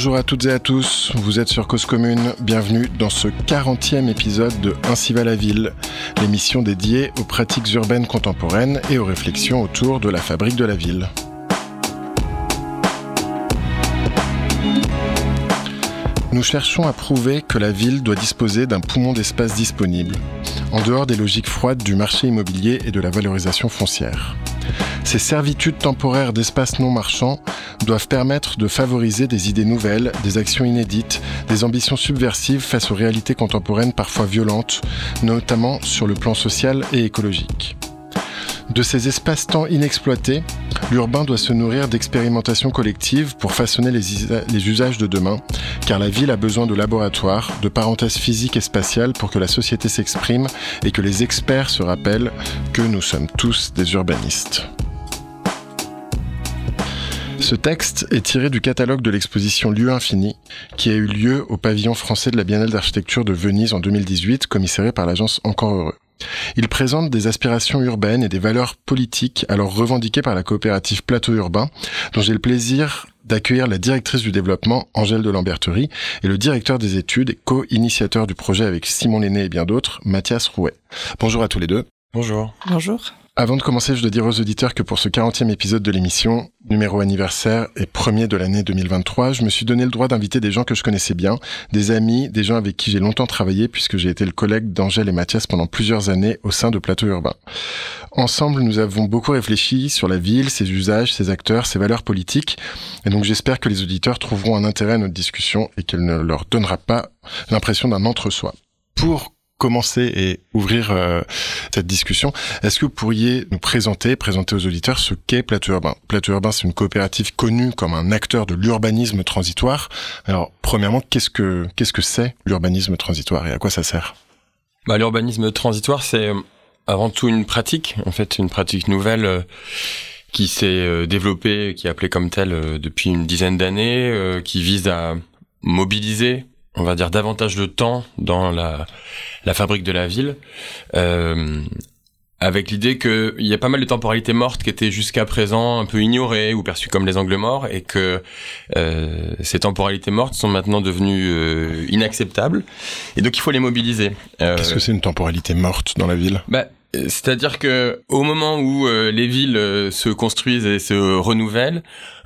Bonjour à toutes et à tous, vous êtes sur Cause Commune, bienvenue dans ce 40e épisode de Ainsi va la ville, l'émission dédiée aux pratiques urbaines contemporaines et aux réflexions autour de la fabrique de la ville. Nous cherchons à prouver que la ville doit disposer d'un poumon d'espace disponible, en dehors des logiques froides du marché immobilier et de la valorisation foncière. Ces servitudes temporaires d'espaces non marchands doivent permettre de favoriser des idées nouvelles, des actions inédites, des ambitions subversives face aux réalités contemporaines parfois violentes, notamment sur le plan social et écologique. De ces espaces-temps inexploités, l'urbain doit se nourrir d'expérimentations collectives pour façonner les usages de demain, car la ville a besoin de laboratoires, de parenthèses physiques et spatiales pour que la société s'exprime et que les experts se rappellent que nous sommes tous des urbanistes. Ce texte est tiré du catalogue de l'exposition Lieux Infinis, qui a eu lieu au pavillon français de la Biennale d'architecture de Venise en 2018, commissairé par l'agence Encore Heureux. Il présente des aspirations urbaines et des valeurs politiques alors revendiquées par la coopérative Plateau Urbain, dont j'ai le plaisir d'accueillir la directrice du développement, Angèle de Lamberterie, et le directeur des études et co-initiateur du projet avec Simon Lenné et bien d'autres, Mathias Rouet. Bonjour à tous les deux. Bonjour. Bonjour. Avant de commencer, je dois dire aux auditeurs que pour ce 40e épisode de l'émission, numéro anniversaire et premier de l'année 2023, je me suis donné le droit d'inviter des gens que je connaissais bien, des amis, des gens avec qui j'ai longtemps travaillé puisque j'ai été le collègue d'Angèle et Mathias pendant plusieurs années au sein de Plateau Urbain. Ensemble, nous avons beaucoup réfléchi sur la ville, ses usages, ses acteurs, ses valeurs politiques, et donc j'espère que les auditeurs trouveront un intérêt à notre discussion et qu'elle ne leur donnera pas l'impression d'un entre-soi. Pour commencer et ouvrir cette discussion, est-ce que vous pourriez nous présenter aux auditeurs ce qu'est Plateau Urbain ? Plateau Urbain, c'est une coopérative connue comme un acteur de l'urbanisme transitoire. Alors, premièrement, qu'est-ce que c'est l'urbanisme transitoire et à quoi ça sert ? L'urbanisme transitoire, c'est avant tout une pratique nouvelle qui s'est développée, qui est appelée comme telle depuis une dizaine d'années, qui vise à mobiliser, on va dire, davantage de temps dans la fabrique de la ville, avec l'idée qu'il y a pas mal de temporalités mortes qui étaient jusqu'à présent un peu ignorées ou perçues comme les angles morts, et que ces temporalités mortes sont maintenant devenues inacceptables, et donc il faut les mobiliser. Qu'est-ce que c'est une temporalité morte dans la ville ? C'est-à-dire que au moment où les villes se construisent et se renouvellent,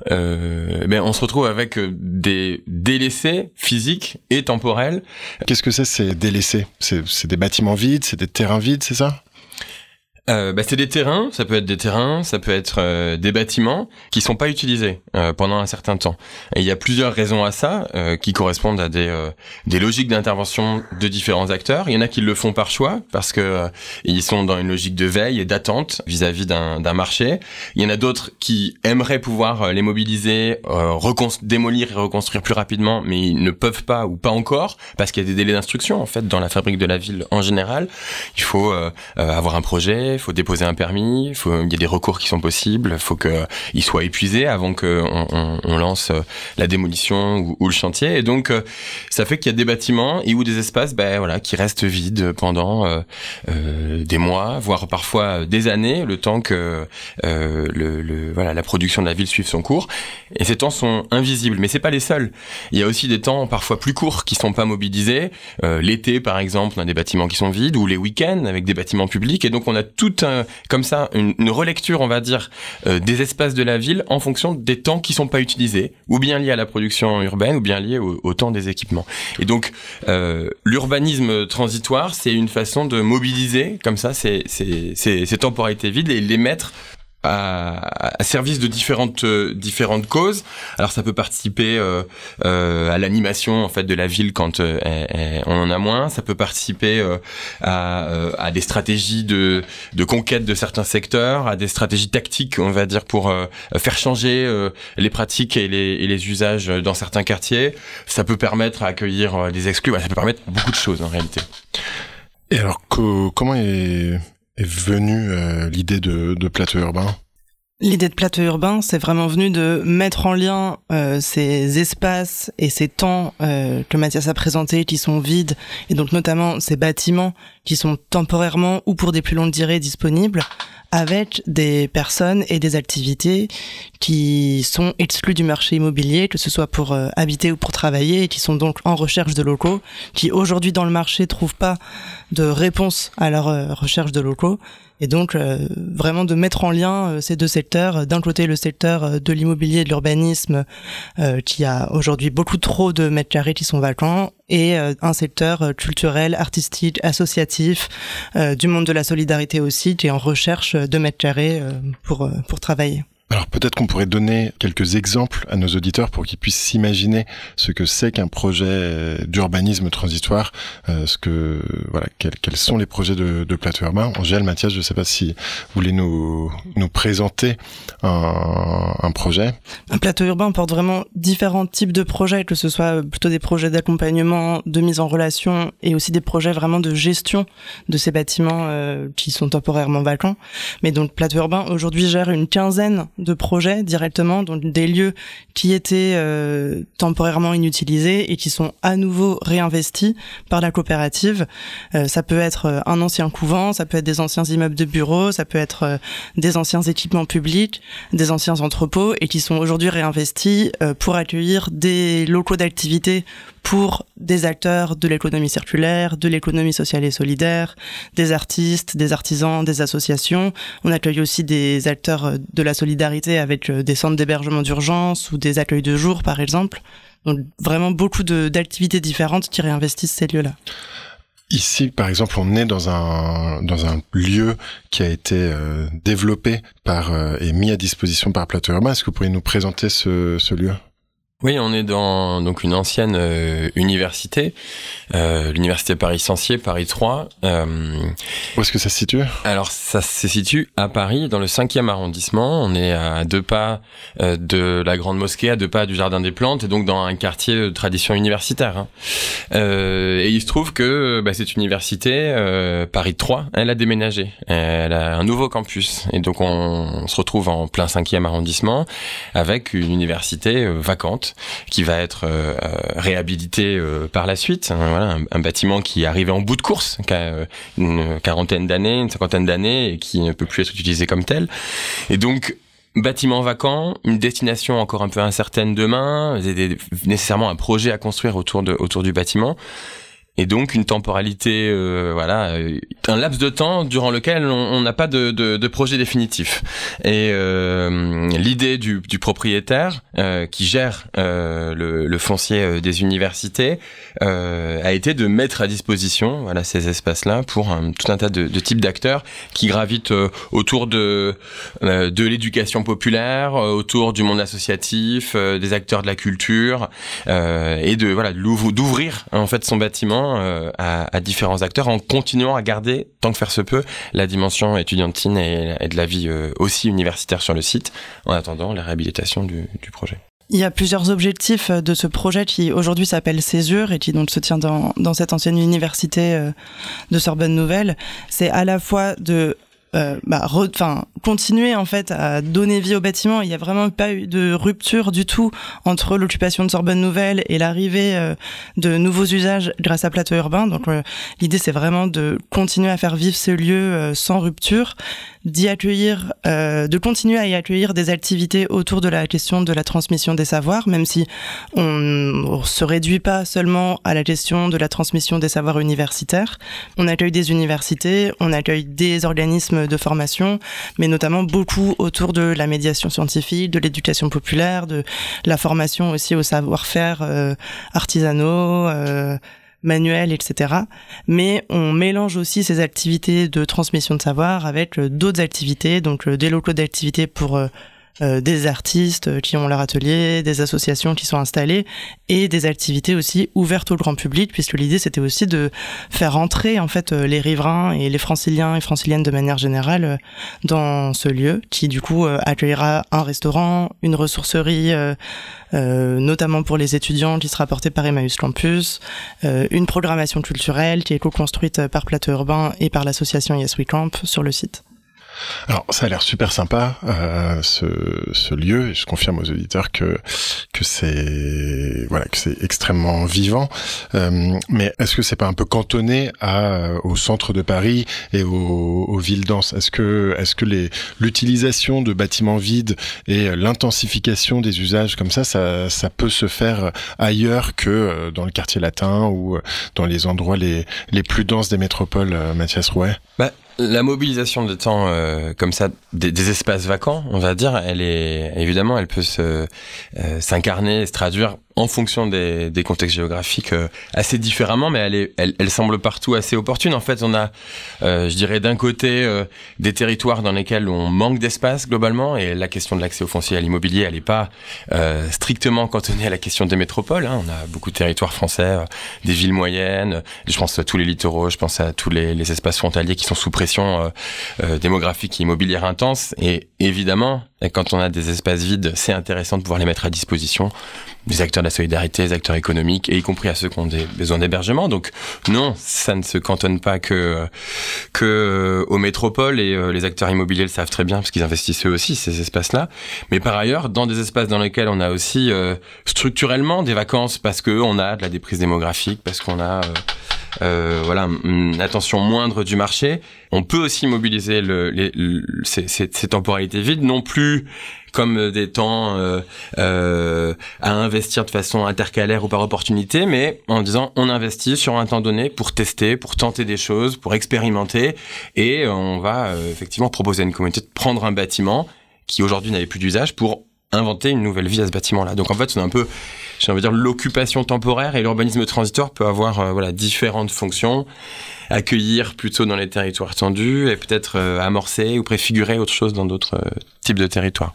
on se retrouve avec des délaissés physiques et temporels. Qu'est-ce que c'est ces délaissés ? C'est des bâtiments vides, c'est des terrains vides, c'est ça ? C'est des terrains, ça peut être des bâtiments qui sont pas utilisés pendant un certain temps. Et il y a plusieurs raisons à ça qui correspondent à des logiques d'intervention de différents acteurs. Il y en a qui le font par choix parce que ils sont dans une logique de veille et d'attente vis-à-vis d'un marché. Il y en a d'autres qui aimeraient pouvoir les mobiliser, démolir et reconstruire plus rapidement, mais ils ne peuvent pas ou pas encore parce qu'il y a des délais d'instruction en fait dans la fabrique de la ville en général. Il faut avoir un projet, il faut déposer un permis, il y a des recours qui sont possibles, il faut qu'ils soient épuisés avant qu'on lance la démolition ou le chantier. Et donc, ça fait qu'il y a des bâtiments ou des espaces qui restent vides pendant des mois, voire parfois des années, le temps que la production de la ville suive son cours. Et ces temps sont invisibles, mais c'est pas les seuls. Il y a aussi des temps parfois plus courts qui sont pas mobilisés. L'été, par exemple, on a des bâtiments qui sont vides, ou les week-ends avec des bâtiments publics. Et donc, on a une relecture, on va dire, des espaces de la ville en fonction des temps qui sont pas utilisés, ou bien liés à la production urbaine, ou bien liés au temps des équipements. Et donc, l'urbanisme transitoire, c'est une façon de mobiliser, comme ça, ces temporalités vides et les mettre à service de différentes causes. Alors ça peut participer à l'animation en fait de la ville quand on en a moins. Ça peut participer à des stratégies de conquête de certains secteurs, à des stratégies tactiques, on va dire, pour faire changer les pratiques et les usages dans certains quartiers. Ça peut permettre à accueillir des exclus. Ça peut permettre beaucoup de choses en réalité. Et alors comment est venue l'idée de Plateau Urbain ? L'idée de Plateau Urbain, c'est vraiment venu de mettre en lien ces espaces et ces temps que Mathias a présentés, qui sont vides, et donc notamment ces bâtiments qui sont temporairement ou pour des plus longues durées disponibles, avec des personnes et des activités qui sont exclus du marché immobilier, que ce soit pour habiter ou pour travailler, et qui sont donc en recherche de locaux, qui aujourd'hui dans le marché trouvent pas de réponse à leur recherche de locaux. Et donc vraiment de mettre en lien ces deux secteurs. D'un côté le secteur de l'immobilier et de l'urbanisme qui a aujourd'hui beaucoup trop de mètres carrés qui sont vacants, et un secteur culturel, artistique, associatif, du monde de la solidarité aussi, qui est en recherche de mètres carrés pour travailler. Alors peut-être qu'on pourrait donner quelques exemples à nos auditeurs pour qu'ils puissent s'imaginer ce que c'est qu'un projet d'urbanisme transitoire, quels sont les projets de Plateau Urbain. Angèle, Mathias, je ne sais pas si vous voulez nous présenter un projet. Un Plateau Urbain porte vraiment différents types de projets, que ce soit plutôt des projets d'accompagnement, de mise en relation, et aussi des projets vraiment de gestion de ces bâtiments qui sont temporairement vacants. Mais donc Plateau Urbain aujourd'hui gère une quinzaine de projets directement, donc des lieux qui étaient temporairement inutilisés et qui sont à nouveau réinvestis par la coopérative. Ça peut être un ancien couvent, ça peut être des anciens immeubles de bureaux, ça peut être des anciens équipements publics, des anciens entrepôts, et qui sont aujourd'hui réinvestis pour accueillir des locaux d'activité pour des acteurs de l'économie circulaire, de l'économie sociale et solidaire, des artistes, des artisans, des associations. On accueille aussi des acteurs de la solidarité avec des centres d'hébergement d'urgence ou des accueils de jour, par exemple. Donc vraiment beaucoup d'activités différentes qui réinvestissent ces lieux-là. Ici, par exemple, on est dans un lieu qui a été développé et mis à disposition par Plateau Urbain. Est-ce que vous pourriez nous présenter ce lieu ? Oui, on est dans donc une ancienne université, l'université Paris-Sancier, Paris 3. Où est-ce que ça se situe ? Alors, ça se situe à Paris, dans le 5e arrondissement. On est à 2 pas de la Grande Mosquée, à 2 pas du Jardin des Plantes, et donc dans un quartier de tradition universitaire. Et il se trouve que cette université, Paris 3, elle a déménagé. Elle a un nouveau campus. Et donc, on se retrouve en plein 5e arrondissement avec une université vacante, qui va être réhabilité par la suite. Voilà, un bâtiment qui est arrivé en bout de course, qui a une quarantaine d'années, une cinquantaine d'années, et qui ne peut plus être utilisé comme tel. Et donc, bâtiment vacant, une destination encore un peu incertaine demain, nécessairement un projet à construire autour du bâtiment. Et donc une temporalité, un laps de temps durant lequel on n'a pas de projet définitif. Et l'idée du propriétaire qui gère le foncier des universités a été de mettre à disposition ces espaces-là pour tout un tas de types d'acteurs qui gravitent autour de l'éducation populaire, autour du monde associatif, des acteurs de la culture, et d'ouvrir en fait son bâtiment à différents acteurs, en continuant à garder, tant que faire se peut, la dimension étudiantine et de la vie aussi universitaire sur le site, en attendant la réhabilitation du projet. Il y a plusieurs objectifs de ce projet qui aujourd'hui s'appelle Césure et qui donc se tient dans cette ancienne université de Sorbonne Nouvelle. C'est à la fois de continuer en fait à donner vie au bâtiment. Il y a vraiment pas eu de rupture du tout entre l'occupation de Sorbonne Nouvelle et l'arrivée de nouveaux usages grâce à Plateau Urbain. Donc l'idée c'est vraiment de continuer à faire vivre ce lieu sans rupture, de continuer à y accueillir des activités autour de la question de la transmission des savoirs, même si on se réduit pas seulement à la question de la transmission des savoirs universitaires. On accueille des universités, on accueille des organismes de formation, mais notamment beaucoup autour de la médiation scientifique, de l'éducation populaire, de la formation aussi au savoir-faire artisanaux, manuels, etc. Mais on mélange aussi ces activités de transmission de savoir avec d'autres activités, donc des locaux d'activité pour des artistes qui ont leur atelier, des associations qui sont installées, et des activités aussi ouvertes au grand public, puisque l'idée c'était aussi de faire entrer en fait les riverains et les franciliens et franciliennes de manière générale dans ce lieu, qui du coup accueillera un restaurant, une ressourcerie, notamment pour les étudiants, qui sera portée par Emmaüs Campus, une programmation culturelle qui est co-construite par Plateau Urbain et par l'association Yes We Camp sur le site. Alors, ça a l'air super sympa, ce lieu, et je confirme aux auditeurs que c'est extrêmement vivant. Mais est-ce que c'est pas un peu cantonné au centre de Paris et aux villes denses? Est-ce que l'utilisation de bâtiments vides et l'intensification des usages comme ça peut se faire ailleurs que dans le quartier latin ou dans les endroits les plus denses des métropoles, Mathias Rouet? La mobilisation de temps comme ça, des espaces vacants, on va dire, elle peut s'incarner et se traduire en fonction des contextes géographiques assez différemment, mais elle semble partout assez opportune. En fait, on a, je dirais, d'un côté des territoires dans lesquels on manque d'espace globalement, et la question de l'accès au foncier, à l'immobilier, elle n'est pas strictement cantonnée à la question des métropoles. On a beaucoup de territoires français, des villes moyennes. Je pense à tous les littoraux, je pense à tous les espaces frontaliers qui sont sous pression démographique et immobilière intense. Et évidemment, quand on a des espaces vides, c'est intéressant de pouvoir les mettre à disposition des acteurs de la solidarité, des acteurs économiques, et y compris à ceux qui ont des besoins d'hébergement. Donc non, ça ne se cantonne pas que aux métropoles, et les acteurs immobiliers le savent très bien parce qu'ils investissent eux aussi ces espaces-là. Mais par ailleurs, dans des espaces dans lesquels on a aussi structurellement des vacances, parce que on a de la déprise démographique, parce qu'on a une attention moindre du marché, on peut aussi mobiliser ces temporalités vides, non plus comme des temps à investir de façon intercalaire ou par opportunité, mais en disant on investit sur un temps donné pour tester, pour tenter des choses, pour expérimenter, et on va effectivement proposer à une communauté de prendre un bâtiment qui aujourd'hui n'avait plus d'usage pour inventer une nouvelle vie à ce bâtiment-là. Donc en fait, c'est un peu, j'ai envie de dire, l'occupation temporaire, et l'urbanisme transitoire peut avoir différentes fonctions. Accueillir plutôt dans les territoires tendus, et peut-être amorcer ou préfigurer autre chose dans d'autres types de territoires.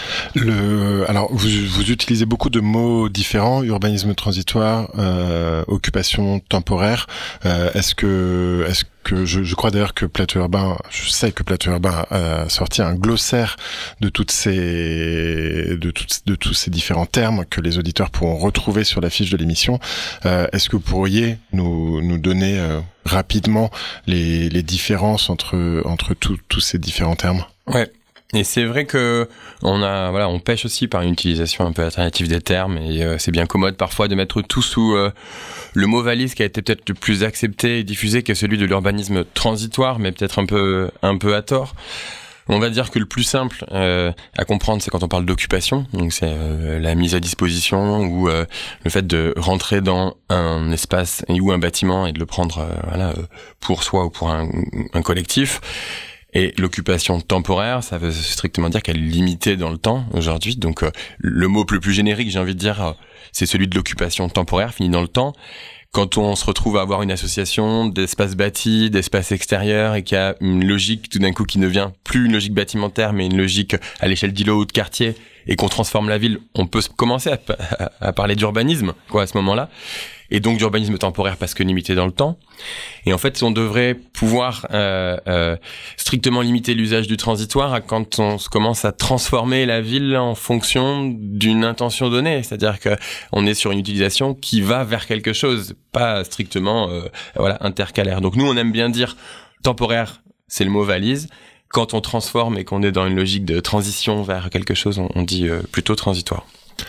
Alors, vous utilisez beaucoup de mots différents: urbanisme transitoire, occupation temporaire. Est-ce que je crois d'ailleurs que Plateau Urbain, je sais que Plateau Urbain a sorti un glossaire de tous ces différents termes que les auditeurs pourront retrouver sur la fiche de l'émission. Est-ce que vous pourriez nous donner rapidement les différences entre tous ces différents termes? Ouais. Et c'est vrai que on pêche aussi par une utilisation un peu alternative des termes, et c'est bien commode parfois de mettre tout sous le mot valise qui a été peut-être le plus accepté et diffusé, qui est celui de l'urbanisme transitoire, mais peut-être un peu à tort. On va dire que le plus simple à comprendre, c'est quand on parle d'occupation. Donc c'est la mise à disposition, ou le fait de rentrer dans un espace ou un bâtiment et de le prendre pour soi ou pour un collectif. Et l'occupation temporaire, ça veut strictement dire qu'elle est limitée dans le temps aujourd'hui. Donc le mot le plus générique, j'ai envie de dire, c'est celui de l'occupation temporaire, finie dans le temps. Quand on se retrouve à avoir une association d'espaces bâtis, d'espaces extérieurs, et qu'il y a une logique tout d'un coup qui ne vient plus une logique bâtimentaire, mais une logique à l'échelle d'îlot ou de quartier, et qu'on transforme la ville, on peut commencer à parler d'urbanisme, à ce moment-là. Et donc d'urbanisme temporaire parce que limité dans le temps. Et en fait, on devrait pouvoir strictement limiter l'usage du transitoire quand on commence à transformer la ville en fonction d'une intention donnée. C'est-à-dire que on est sur une utilisation qui va vers quelque chose, pas strictement intercalaire. Donc nous, on aime bien dire temporaire, c'est le mot valise. Quand on transforme et qu'on est dans une logique de transition vers quelque chose, on dit plutôt transitoire.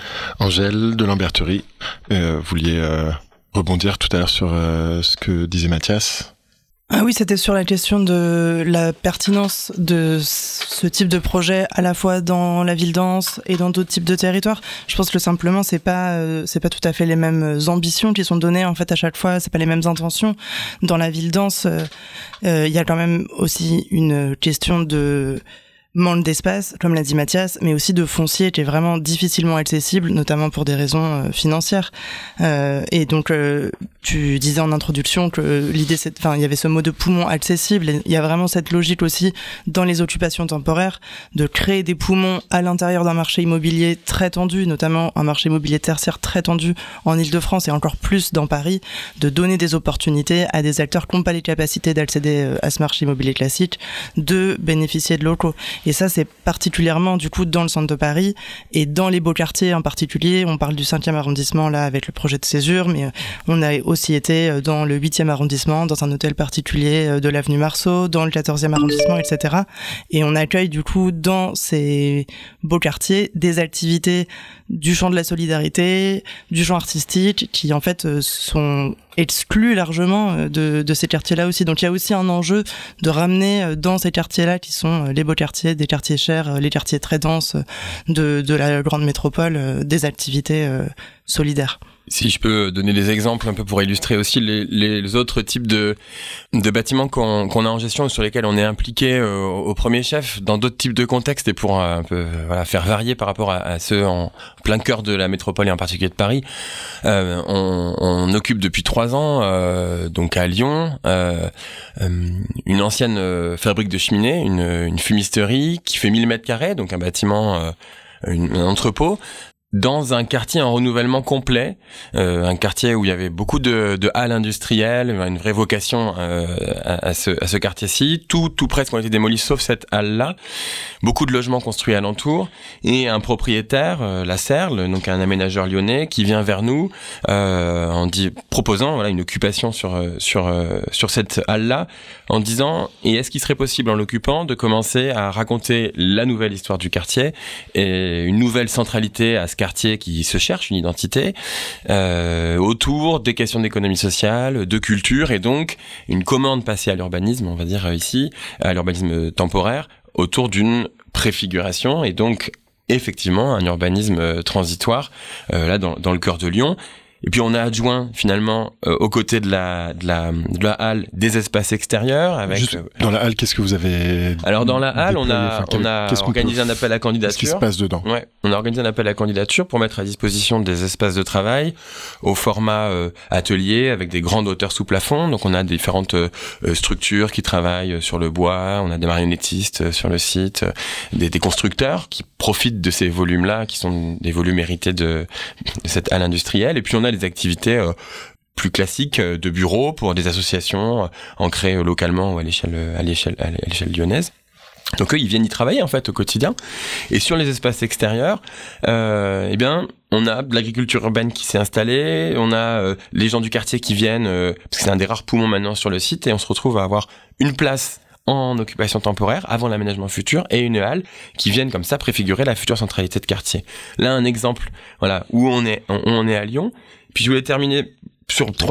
Angèle de Lamberterie, vous vouliez rebondir tout à l'heure sur ce que disait Mathias? Ah oui, c'était sur la question de la pertinence de ce type de projet à la fois dans la ville dense et dans d'autres types de territoires. Je pense que simplement c'est pas tout à fait les mêmes ambitions qui sont données en fait à chaque fois, c'est pas les mêmes intentions. Dans la ville dense, il y a quand même aussi une question de manque d'espace, comme l'a dit Mathias, mais aussi de foncier qui est vraiment difficilement accessible, notamment pour des raisons financières. Et donc, tu disais en introduction que l'idée, il y avait ce mot de poumon accessible. Et il y a vraiment cette logique aussi dans les occupations temporaires de créer des poumons à l'intérieur d'un marché immobilier très tendu, notamment un marché immobilier tertiaire très tendu en Île-de-France et encore plus dans Paris, de donner des opportunités à des acteurs qui n'ont pas les capacités d'accéder à ce marché immobilier classique, de bénéficier de locaux. Et ça, c'est particulièrement du coup dans le centre de Paris et dans les beaux quartiers en particulier. On parle du 5e arrondissement là avec le projet de césure, mais on a aussi été dans le 8e arrondissement, dans un hôtel particulier de l'avenue Marceau, dans le 14e arrondissement, etc. Et on accueille du coup dans ces beaux quartiers des activités du champ de la solidarité, du champ artistique, qui en fait sont exclus largement de ces quartiers-là aussi. Donc il y a aussi un enjeu de ramener dans ces quartiers-là, qui sont les beaux quartiers, des quartiers chers, les quartiers très denses de la grande métropole, des activités solidaires. Si je peux donner des exemples un peu pour illustrer aussi les autres types de bâtiments qu'on a en gestion, sur lesquels on est impliqué au premier chef, dans d'autres types de contextes, et pour un peu faire varier par rapport à ceux en plein cœur de la métropole et en particulier de Paris. On occupe depuis 3 ans, donc à Lyon, une ancienne fabrique de cheminées, une fumisterie qui fait 1000 mètres carrés, donc un bâtiment, un entrepôt, dans un quartier en renouvellement complet, un quartier où il y avait beaucoup de halles industrielles, une vraie vocation à ce quartier-ci. Tout presque ont été démolis sauf cette halle-là. Beaucoup de logements construits alentour et un propriétaire, la Serle, donc un aménageur lyonnais, qui vient vers nous en proposant une occupation sur cette halle-là, en disant et est-ce qu'il serait possible en l'occupant de commencer à raconter la nouvelle histoire du quartier et une nouvelle centralité à ce quartier qui se cherche une identité autour des questions d'économie sociale, de culture, et donc une commande passée à l'urbanisme, on va dire ici, à l'urbanisme temporaire, autour d'une préfiguration, et donc effectivement un urbanisme transitoire là dans le cœur de Lyon. Et puis on a adjoint finalement aux côtés de la halle des espaces extérieurs avec. Juste, dans la halle, qu'est-ce que vous avez? Alors dans la halle, on a organisé un appel à candidature. Qu'est-ce qui se passe dedans? Ouais, on a organisé un appel à candidature pour mettre à disposition des espaces de travail au format atelier avec des grandes hauteurs sous plafond. Donc on a différentes structures qui travaillent sur le bois, on a des marionnettistes sur le site, des constructeurs qui profitent de ces volumes-là, qui sont des volumes hérités de cette halle industrielle. Et puis on a des activités plus classiques de bureaux pour des associations ancrées localement ou à l'échelle lyonnaise. Donc eux, ils viennent y travailler en fait au quotidien. Et sur les espaces extérieurs, eh bien, on a de l'agriculture urbaine qui s'est installée, on a les gens du quartier qui viennent, parce que c'est un des rares poumons maintenant sur le site, et on se retrouve à avoir une place en occupation temporaire avant l'aménagement futur et une halle qui viennent comme ça préfigurer la future centralité de quartier. Là, un exemple, voilà, où on est à Lyon. Puis je voulais terminer sur le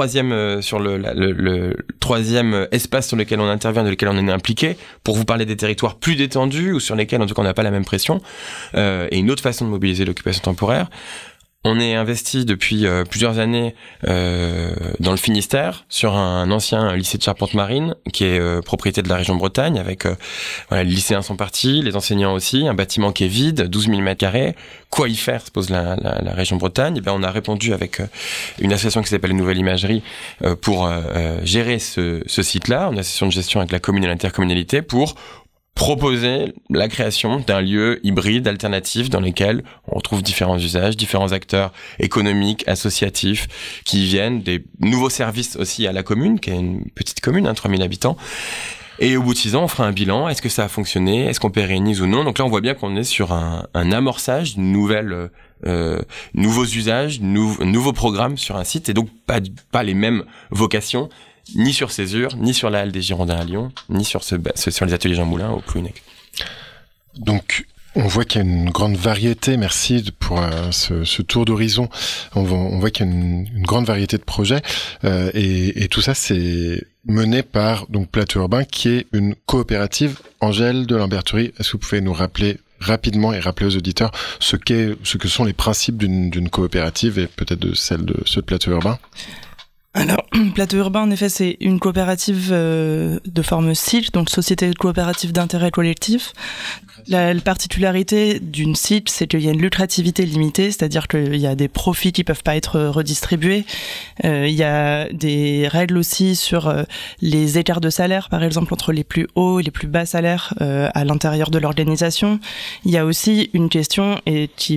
troisième espace sur lequel on intervient, de lequel on est impliqué, pour vous parler des territoires plus détendus ou sur lesquels en tout cas on n'a pas la même pression, et une autre façon de mobiliser l'occupation temporaire. On est investi depuis plusieurs années dans le Finistère sur un ancien lycée de Charpente-Marine qui est propriété de la région Bretagne, avec les lycéens sont partis, les enseignants aussi, un bâtiment qui est vide, 12 000 m². Quoi y faire, se pose la région Bretagne. Et ben on a répondu avec une association qui s'appelle Nouvelle Imagerie pour gérer ce site-là, une association de gestion avec la commune et l'intercommunalité, pour proposer la création d'un lieu hybride, alternatif, dans lequel on retrouve différents usages, différents acteurs économiques, associatifs, qui viennent, des nouveaux services aussi à la commune, qui est une petite commune, 3000 habitants. Et au bout de 6 ans, on fera un bilan. Est-ce que ça a fonctionné? Est-ce qu'on pérennise ou non? Donc là, on voit bien qu'on est sur un amorçage de nouveaux usages, nouveaux programmes sur un site, et donc pas les mêmes vocations, ni sur Césure, ni sur la halle des Girondins à Lyon, ni sur les ateliers Jean Moulin au Plouhinec. Donc, on voit qu'il y a une grande variété, merci pour ce tour d'horizon. On voit qu'il y a une grande variété de projets, et tout ça c'est mené par donc Plateau Urbain, qui est une coopérative. Angèle de Lamberterie, est-ce que vous pouvez nous rappeler rapidement et rappeler aux auditeurs ce que sont les principes d'une coopérative, et peut-être de ceux de Plateau Urbain? Alors, Plateau Urbain, en effet, c'est une coopérative de forme SIC, donc Société coopérative d'intérêt collectif. La particularité d'une SIC, c'est qu'il y a une lucrativité limitée, c'est-à-dire qu'il y a des profits qui peuvent pas être redistribués. Il y a des règles aussi sur les écarts de salaire, par exemple, entre les plus hauts et les plus bas salaires à l'intérieur de l'organisation. Il y a aussi une question, et qui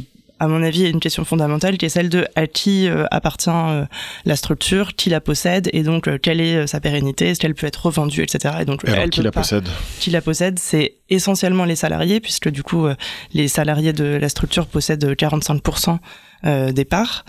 à mon avis, il y a une question fondamentale qui est celle de à qui appartient la structure, qui la possède, et donc quelle est sa pérennité, est-ce qu'elle peut être revendue, etc. Et donc, qui la possède ? Qui la possède, c'est essentiellement les salariés, puisque du coup, les salariés de la structure possèdent 45% des parts,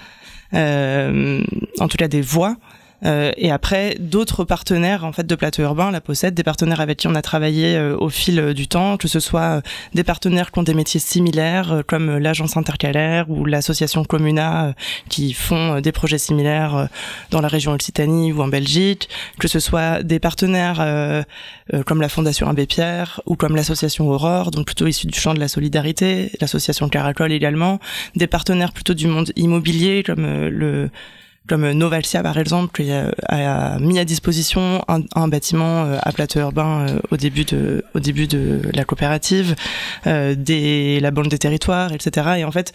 en tout cas des voix. Et après, d'autres partenaires en fait de Plateau Urbain la possèdent, des partenaires avec qui on a travaillé au fil du temps, que ce soit des partenaires qui ont des métiers similaires, comme l'agence intercalaire ou l'association Comuna, qui font des projets similaires dans la région Occitanie ou en Belgique, que ce soit des partenaires comme la Fondation Abbé Pierre ou comme l'association Aurore, donc plutôt issus du champ de la solidarité, l'association Caracol également, des partenaires plutôt du monde immobilier comme Novalsia par exemple, qui a mis à disposition un bâtiment à Plateau Urbain au début de la coopérative, la Banque des Territoires, etc. Et en fait,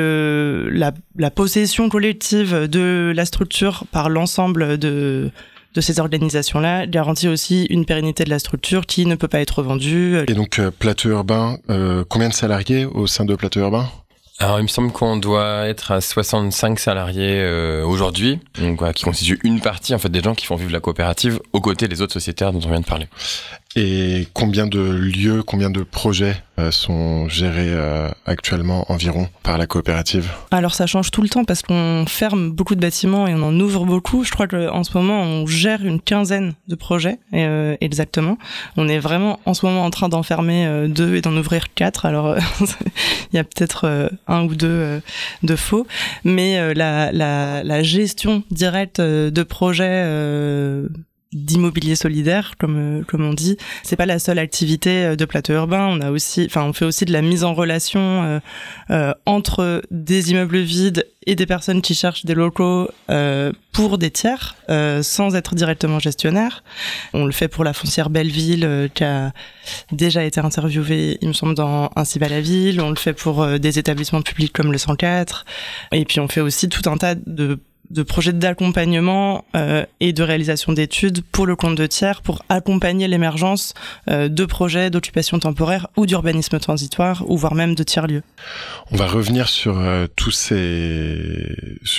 la possession collective de la structure par l'ensemble de ces organisations-là garantit aussi une pérennité de la structure qui ne peut pas être vendue. Et donc Plateau Urbain, combien de salariés au sein de Plateau Urbain ? Alors, il me semble qu'on doit être à 65 salariés aujourd'hui, donc qui constituent une partie en fait des gens qui font vivre la coopérative aux côtés des autres sociétaires dont on vient de parler. Et combien de lieux, combien de projets sont gérés actuellement environ par la coopérative ? Alors ça change tout le temps parce qu'on ferme beaucoup de bâtiments et on en ouvre beaucoup. Je crois qu'en ce moment on gère une quinzaine de projets exactement. On est vraiment en ce moment en train d'en fermer 2 et d'en ouvrir 4. Alors il y a peut-être 1 ou 2 de faux, mais la gestion directe de projets d'immobilier solidaire, comme on dit, c'est pas la seule activité de Plateau Urbain. On fait aussi de la mise en relation entre des immeubles vides et des personnes qui cherchent des locaux pour des tiers, sans être directement gestionnaire. On le fait pour la foncière Belleville, qui a déjà été interviewée, il me semble, dans Ainsi va la ville. On le fait pour des établissements publics comme le 104. Et puis on fait aussi tout un tas de projets d'accompagnement et de réalisation d'études pour le compte de tiers, pour accompagner l'émergence de projets d'occupation temporaire ou d'urbanisme transitoire, ou voire même de tiers-lieux. On va revenir sur tous ces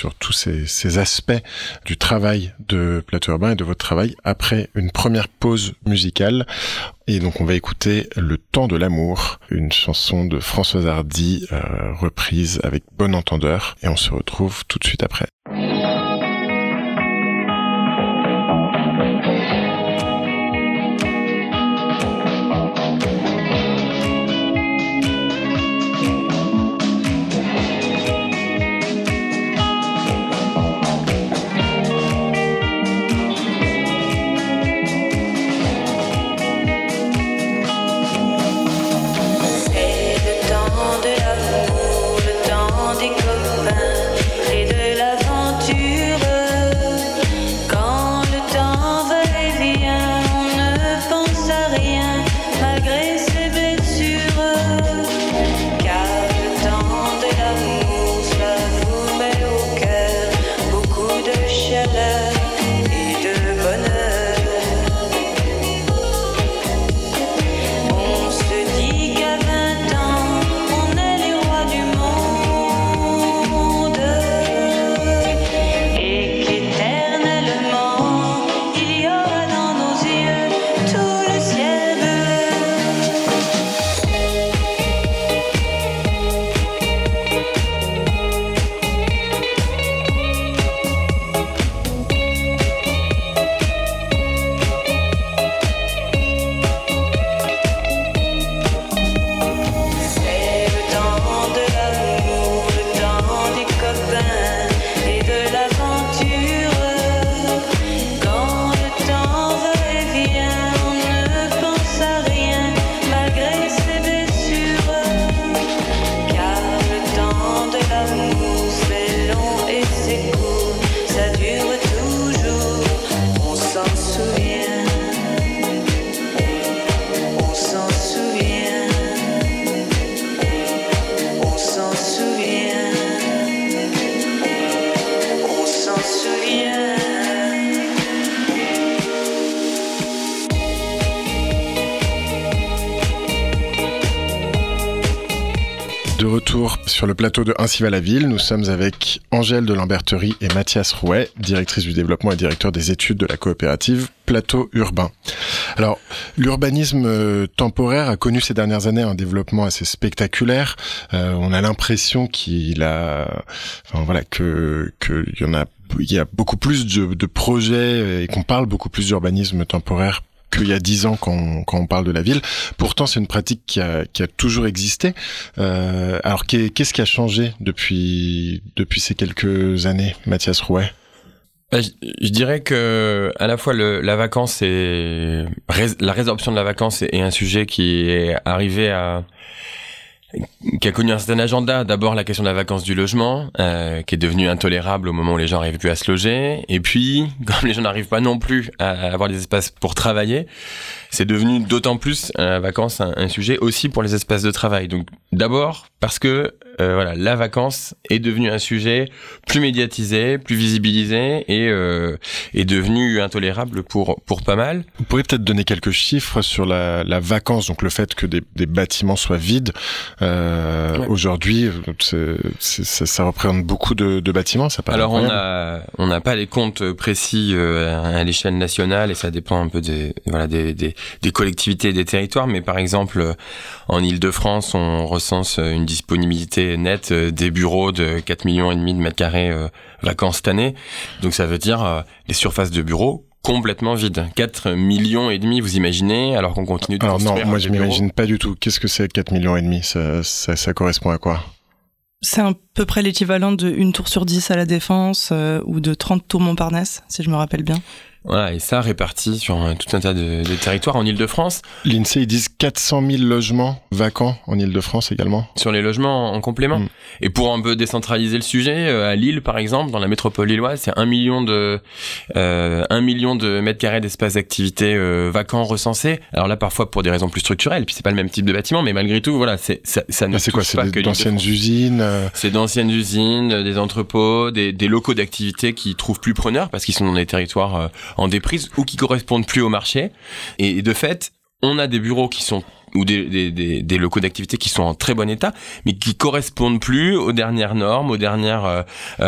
aspects du travail de Plateau Urbain et de votre travail après une première pause musicale. Et donc on va écouter Le temps de l'amour, une chanson de Françoise Hardy reprise avec Bon Entendeur, et on se retrouve tout de suite après. Le temps des copains et de l'aventure. De retour sur le plateau de Ainsi va la ville, nous sommes avec Angèle de Lamberterie et Mathias Rouet, directrice du développement et directeur des études de la coopérative Plateau Urbain. Alors, l'urbanisme temporaire a connu ces dernières années un développement assez spectaculaire. On a l'impression qu'il y a beaucoup plus de projets et qu'on parle beaucoup plus d'urbanisme temporaire qu'il y a 10 ans quand on parle de la ville. Pourtant, c'est une pratique qui a toujours existé. Alors, qu'est-ce qui a changé depuis ces quelques années, Mathias Rouet? Je dirais que à la fois la vacance et la résorption de la vacance est un sujet qui a connu un certain agenda. D'abord la question de la vacance du logement, qui est devenue intolérable au moment où les gens n'arrivent plus à se loger. Et puis, comme les gens n'arrivent pas non plus à avoir des espaces pour travailler, c'est devenu d'autant plus la vacance un sujet aussi pour les espaces de travail. Donc d'abord parce que la vacance est devenue un sujet plus médiatisé, plus visibilisé et est devenu intolérable pour pas mal. Vous pourriez peut-être donner quelques chiffres sur la vacance, donc le fait que des bâtiments soient vides. Ouais. Aujourd'hui, ça représente beaucoup de bâtiments. Ça paraît incroyable. On n'a pas les comptes précis à l'échelle nationale et ça dépend un peu des collectivités et des territoires. Mais par exemple, en Île-de-France, on recense une disponibilité nette des bureaux de 4,5 millions de mètres carrés vacants cette année. Donc ça veut dire les surfaces de bureaux complètement vides. 4,5 millions, vous imaginez, alors qu'on continue de construire. Alors non, moi je m'imagine pas du tout. Qu'est-ce que c'est 4,5 millions? Ça correspond à quoi? C'est à peu près l'équivalent d'une tour sur 10 à la Défense ou de 30 tours Montparnasse, si je me rappelle bien. Voilà, et ça réparti sur tout un tas de territoires en Île-de-France. L'INSEE, ils disent 400 000 logements vacants en Île-de-France également. Sur les logements en complément. Et pour un peu décentraliser le sujet, à Lille, par exemple, dans la métropole lilloise, c'est 1 million de mètres carrés d'espaces d'activité vacants recensés. Alors là, parfois pour des raisons plus structurelles, puis c'est pas le même type de bâtiment, mais malgré tout, voilà, ça ne touche pas que l'Île-de-France. C'est d'anciennes usines. C'est d'anciennes usines, des entrepôts, des locaux d'activité qui trouvent plus preneurs parce qu'ils sont dans des territoires en déprise ou qui correspondent plus au marché. Et de fait, on a des bureaux qui sont ou des locaux d'activité qui sont en très bon état, mais qui correspondent plus aux dernières normes, aux dernières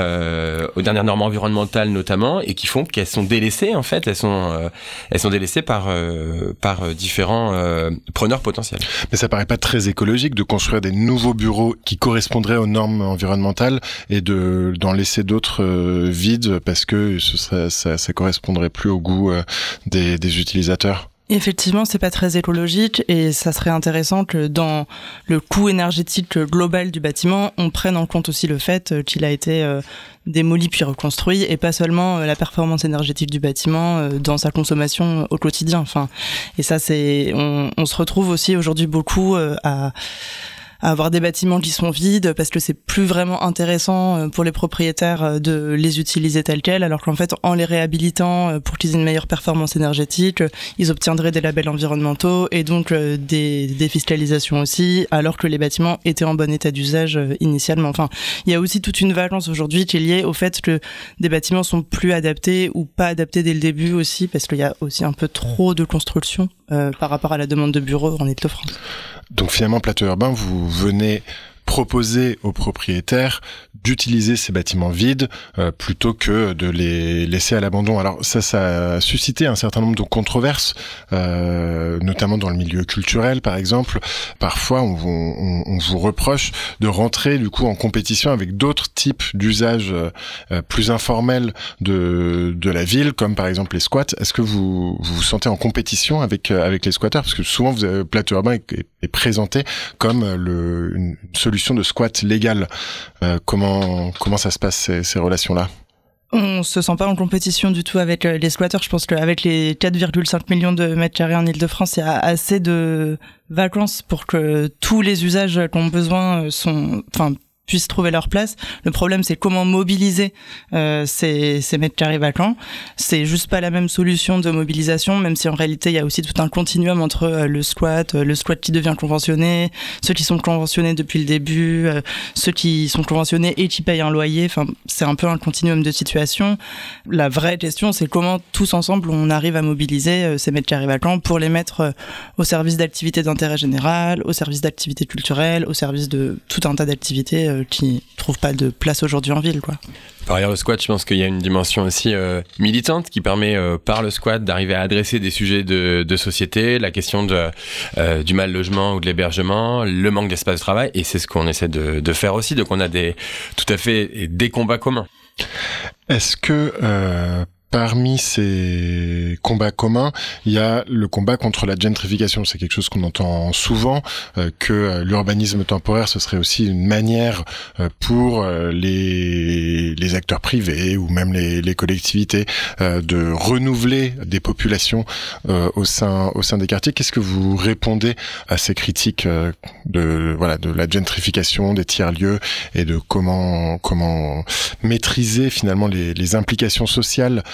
normes environnementales notamment, et qui font qu'elles sont délaissées en fait. Elles sont délaissées par différents preneurs potentiels. Mais ça paraît pas très écologique de construire des nouveaux bureaux qui correspondraient aux normes environnementales et d'en laisser d'autres vides parce que ça correspondrait plus au goût des utilisateurs. Effectivement, c'est pas très écologique et ça serait intéressant que dans le coût énergétique global du bâtiment, on prenne en compte aussi le fait qu'il a été démoli puis reconstruit et pas seulement la performance énergétique du bâtiment dans sa consommation au quotidien. Enfin, et ça, on se retrouve aussi aujourd'hui beaucoup à avoir des bâtiments qui sont vides parce que c'est plus vraiment intéressant pour les propriétaires de les utiliser tels quels, alors qu'en fait, en les réhabilitant pour qu'ils aient une meilleure performance énergétique, ils obtiendraient des labels environnementaux et donc des défiscalisations aussi, alors que les bâtiments étaient en bon état d'usage initialement. Enfin, il y a aussi toute une valence aujourd'hui qui est liée au fait que des bâtiments sont plus adaptés ou pas adaptés dès le début aussi, parce qu'il y a aussi un peu trop de construction par rapport à la demande de bureaux en Île-de-France. Donc finalement, Plateau Urbain, vous venez proposer aux propriétaires d'utiliser ces bâtiments vides plutôt que de les laisser à l'abandon. Alors ça a suscité un certain nombre de controverses, notamment dans le milieu culturel par exemple. Parfois on vous reproche de rentrer du coup en compétition avec d'autres types d'usages plus informels de la ville, comme par exemple les squats. Est-ce que vous vous sentez en compétition avec les squatteurs? Parce que souvent Plateau Urbain est présenté comme une solution de squat légal. Comment ça se passe ces relations-là? On se sent pas en compétition du tout avec les squatteurs. Je pense qu'avec les 4,5 millions de mètres carrés en Île-de-France, il y a assez de vacances pour que tous les usages qu'on a besoin puissent trouver leur place. Le problème, c'est comment mobiliser ces mètres carrés vacants. C'est juste pas la même solution de mobilisation, même si en réalité, il y a aussi tout un continuum entre le squat qui devient conventionné, ceux qui sont conventionnés depuis le début, ceux qui sont conventionnés et qui payent un loyer. Enfin, c'est un peu un continuum de situation. La vraie question, c'est comment tous ensemble on arrive à mobiliser ces mètres carrés vacants pour les mettre au service d'activités d'intérêt général, au service d'activités culturelles, au service de tout un tas d'activités qui trouvent pas de place aujourd'hui en ville, quoi. Par ailleurs, le squat, je pense qu'il y a une dimension aussi militante qui permet par le squat d'arriver à adresser des sujets de société, la question du mal logement ou de l'hébergement, le manque d'espace de travail, et c'est ce qu'on essaie de faire aussi. Donc on a tout à fait des combats communs. Est-ce que parmi ces combats communs, il y a le combat contre la gentrification? C'est quelque chose qu'on entend souvent, que l'urbanisme temporaire, ce serait aussi une manière pour les acteurs privés ou même les collectivités de renouveler des populations au sein des quartiers. Qu'est-ce que vous répondez à ces critiques de la gentrification des tiers-lieux et de comment maîtriser finalement les implications sociales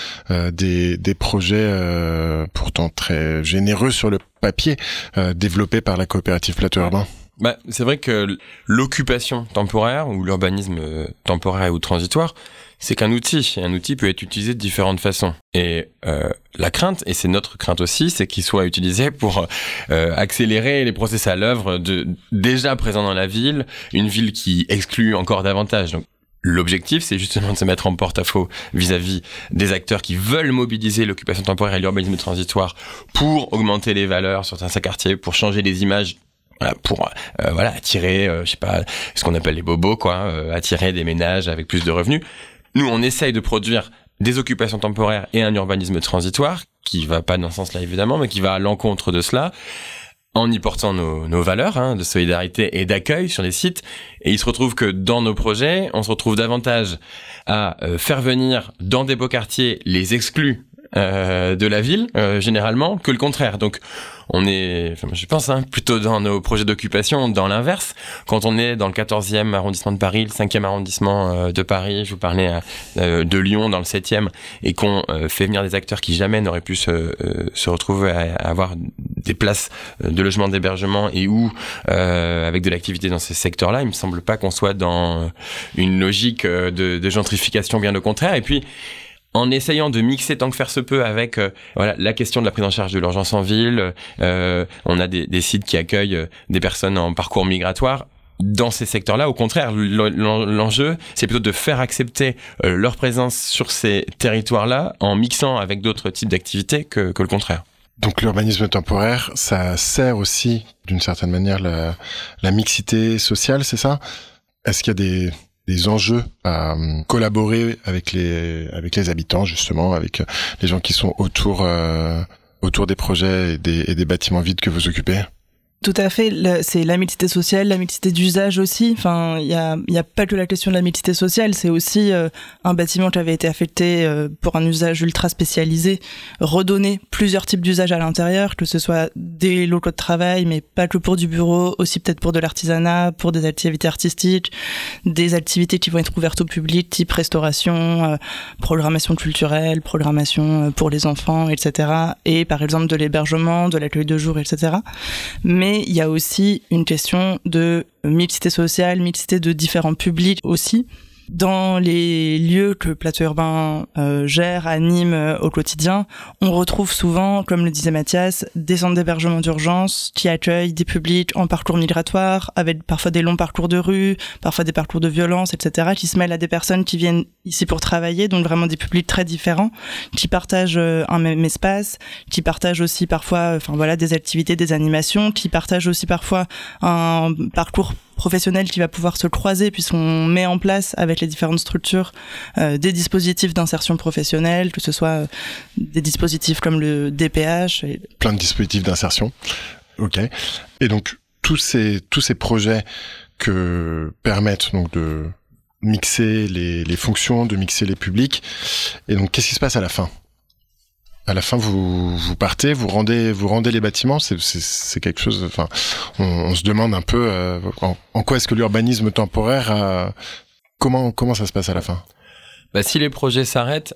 des projets pourtant très généreux sur le papier développés par la coopérative Plateau Urbain? C'est vrai que l'occupation temporaire ou l'urbanisme temporaire ou transitoire, c'est qu'un outil. Et un outil peut être utilisé de différentes façons. Et la crainte, et c'est notre crainte aussi, c'est qu'il soit utilisé pour accélérer les process à l'œuvre déjà présents dans la ville, une ville qui exclut encore davantage. Donc, l'objectif, c'est justement de se mettre en porte-à-faux vis-à-vis des acteurs qui veulent mobiliser l'occupation temporaire et l'urbanisme transitoire pour augmenter les valeurs sur certains quartiers, pour changer les images, pour attirer, ce qu'on appelle les bobos, attirer des ménages avec plus de revenus. Nous, on essaye de produire des occupations temporaires et un urbanisme transitoire qui va pas dans ce sens-là évidemment, mais qui va à l'encontre de cela, en y portant nos valeurs de solidarité et d'accueil sur les sites. Et il se retrouve que dans nos projets, on se retrouve davantage à faire venir dans des beaux quartiers les exclus de la ville, généralement, que le contraire. Donc, on est, je pense, plutôt dans nos projets d'occupation, dans l'inverse. Quand on est dans le 14e arrondissement de Paris, le 5e arrondissement de Paris, je vous parlais de Lyon, dans le 7e, et qu'on fait venir des acteurs qui jamais n'auraient pu se retrouver à avoir des places de logement, d'hébergement, et où, avec de l'activité dans ces secteurs-là, il me semble pas qu'on soit dans une logique de gentrification, bien au contraire. Et puis, en essayant de mixer tant que faire se peut avec la question de la prise en charge de l'urgence en ville, on a des sites qui accueillent des personnes en parcours migratoire. Dans ces secteurs-là, au contraire, l'enjeu, c'est plutôt de faire accepter leur présence sur ces territoires-là en mixant avec d'autres types d'activités que le contraire. Donc l'urbanisme temporaire, ça sert aussi d'une certaine manière la mixité sociale, c'est ça? Est-ce qu'il y a des enjeux à collaborer avec les habitants, justement, avec les gens qui sont autour des projets et des bâtiments vides que vous occupez? Tout à fait, c'est la mixité sociale, la mixité d'usage aussi. Enfin, il y a pas que la question de la mixité sociale, c'est aussi un bâtiment qui avait été affecté pour un usage ultra spécialisé, redonner plusieurs types d'usages à l'intérieur, que ce soit des locaux de travail, mais pas que pour du bureau, aussi peut-être pour de l'artisanat, pour des activités artistiques, des activités qui vont être ouvertes au public, type restauration, programmation culturelle, programmation pour les enfants, etc. Et par exemple de l'hébergement, de l'accueil de jour, etc. Mais il y a aussi une question de mixité sociale, mixité de différents publics aussi. Dans les lieux que Plateau Urbain gère, anime au quotidien, on retrouve souvent, comme le disait Mathias, des centres d'hébergement d'urgence qui accueillent des publics en parcours migratoire, avec parfois des longs parcours de rue, parfois des parcours de violence, etc., qui se mêlent à des personnes qui viennent ici pour travailler, donc vraiment des publics très différents, qui partagent un même espace, qui partagent aussi parfois, des activités, des animations, qui partagent aussi parfois un parcours professionnel qui va pouvoir se croiser puisqu'on met en place avec les différentes structures des dispositifs d'insertion professionnelle, que ce soit des dispositifs comme le DPH. Plein de dispositifs d'insertion. Ok. Et donc tous ces projets que permettent donc de mixer les fonctions, de mixer les publics. Et donc qu'est-ce qui se passe à la fin? À la fin, vous partez, vous rendez les bâtiments. C'est quelque chose. Enfin, on se demande un peu en quoi est-ce que l'urbanisme temporaire comment ça se passe à la fin? Si les projets s'arrêtent,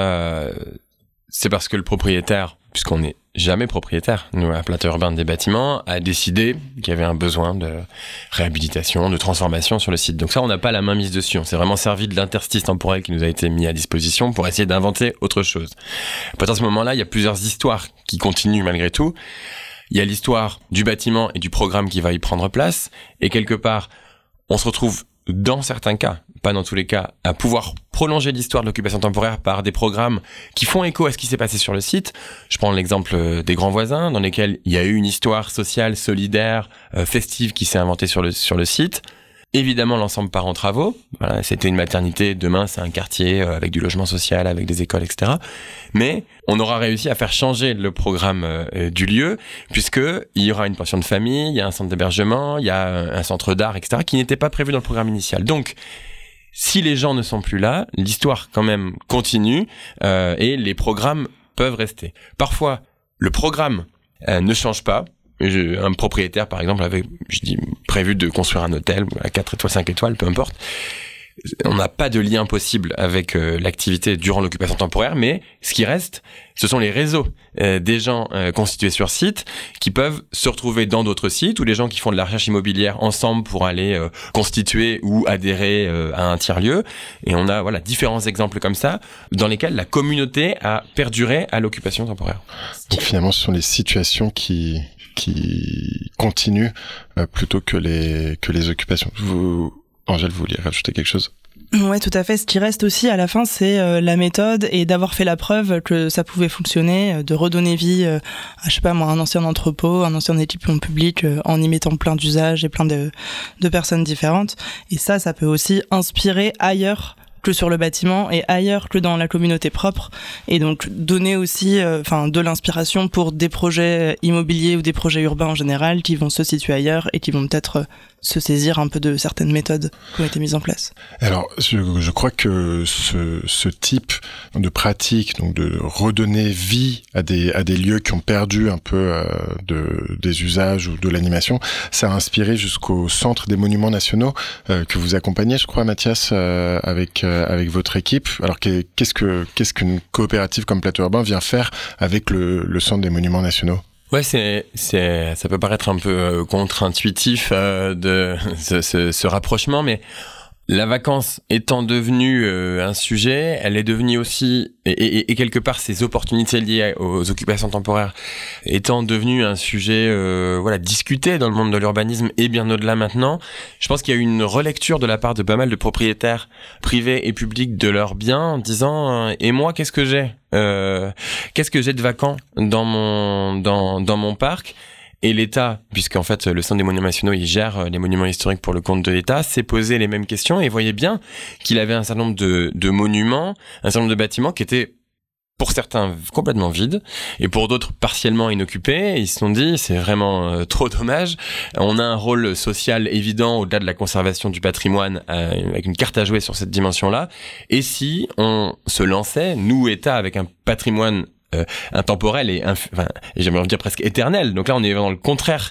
c'est parce que le propriétaire, puisqu'on n'est jamais propriétaire, nous, à Plateau Urbain des Bâtiments, a décidé qu'il y avait un besoin de réhabilitation, de transformation sur le site. Donc ça, on n'a pas la main mise dessus. On s'est vraiment servi de l'interstice temporel qui nous a été mis à disposition pour essayer d'inventer autre chose. À partir de ce moment-là, il y a plusieurs histoires qui continuent malgré tout. Il y a l'histoire du bâtiment et du programme qui va y prendre place. Et quelque part, on se retrouve dans certains cas, pas dans tous les cas, à pouvoir prolonger l'histoire de l'occupation temporaire par des programmes qui font écho à ce qui s'est passé sur le site. Je prends l'exemple des Grands Voisins, dans lesquels il y a eu une histoire sociale, solidaire, festive qui s'est inventée sur le site. Évidemment, l'ensemble part en travaux. Voilà, c'était une maternité. Demain, c'est un quartier avec du logement social, avec des écoles, etc. Mais on aura réussi à faire changer le programme du lieu, puisque il y aura une pension de famille, il y a un centre d'hébergement, il y a un centre d'art, etc., qui n'était pas prévu dans le programme initial. Donc, si les gens ne sont plus là, l'histoire quand même continue et les programmes peuvent rester. Parfois, le programme ne change pas. Un propriétaire, par exemple, avait prévu de construire un hôtel à 4 étoiles, 5 étoiles, peu importe. On n'a pas de lien possible avec l'activité durant l'occupation temporaire, mais ce qui reste, ce sont les réseaux des gens constitués sur site qui peuvent se retrouver dans d'autres sites, ou les gens qui font de la recherche immobilière ensemble pour aller constituer ou adhérer à un tiers-lieu. Et on a différents exemples comme ça, dans lesquels la communauté a perduré à l'occupation temporaire. Donc finalement, ce sont les situations qui continuent plutôt que les occupations. Angèle, vous vouliez rajouter quelque chose? Ouais, tout à fait. Ce qui reste aussi à la fin, c'est la méthode et d'avoir fait la preuve que ça pouvait fonctionner, de redonner vie à, je sais pas moi, un ancien entrepôt, un ancien équipement public, en y mettant plein d'usages et plein de personnes différentes. Et ça peut aussi inspirer ailleurs que sur le bâtiment et ailleurs que dans la communauté propre, et donc donner aussi de l'inspiration pour des projets immobiliers ou des projets urbains en général qui vont se situer ailleurs et qui vont peut-être se saisir un peu de certaines méthodes qui ont été mises en place. Alors, je crois que ce type de pratique, donc de redonner vie à des lieux qui ont perdu un peu des usages ou de l'animation, ça a inspiré jusqu'au Centre des Monuments Nationaux que vous accompagnez, je crois, Mathias, avec votre équipe. Alors, qu'est-ce qu'une coopérative comme Plateau Urbain vient faire avec le Centre des Monuments Nationaux? Ouais, ça peut paraître un peu contre-intuitif de ce rapprochement, mais la vacance étant devenue un sujet, elle est devenue aussi, et quelque part ces opportunités liées aux occupations temporaires étant devenues un sujet discuté dans le monde de l'urbanisme et bien au-delà maintenant, je pense qu'il y a eu une relecture de la part de pas mal de propriétaires privés et publics de leurs biens en disant et moi qu'est-ce que j'ai de vacant dans mon parc. Et l'État, puisqu'en fait le Centre des Monuments Nationaux, il gère les monuments historiques pour le compte de l'État, s'est posé les mêmes questions et voyait bien qu'il avait un certain nombre de monuments, un certain nombre de bâtiments qui étaient pour certains complètement vides et pour d'autres partiellement inoccupés. Ils se sont dit c'est vraiment trop dommage. On a un rôle social évident au-delà de la conservation du patrimoine avec une carte à jouer sur cette dimension-là. Et si on se lançait, nous État, avec un patrimoine intemporel et j'aimerais dire presque éternel. Donc là, on est dans le contraire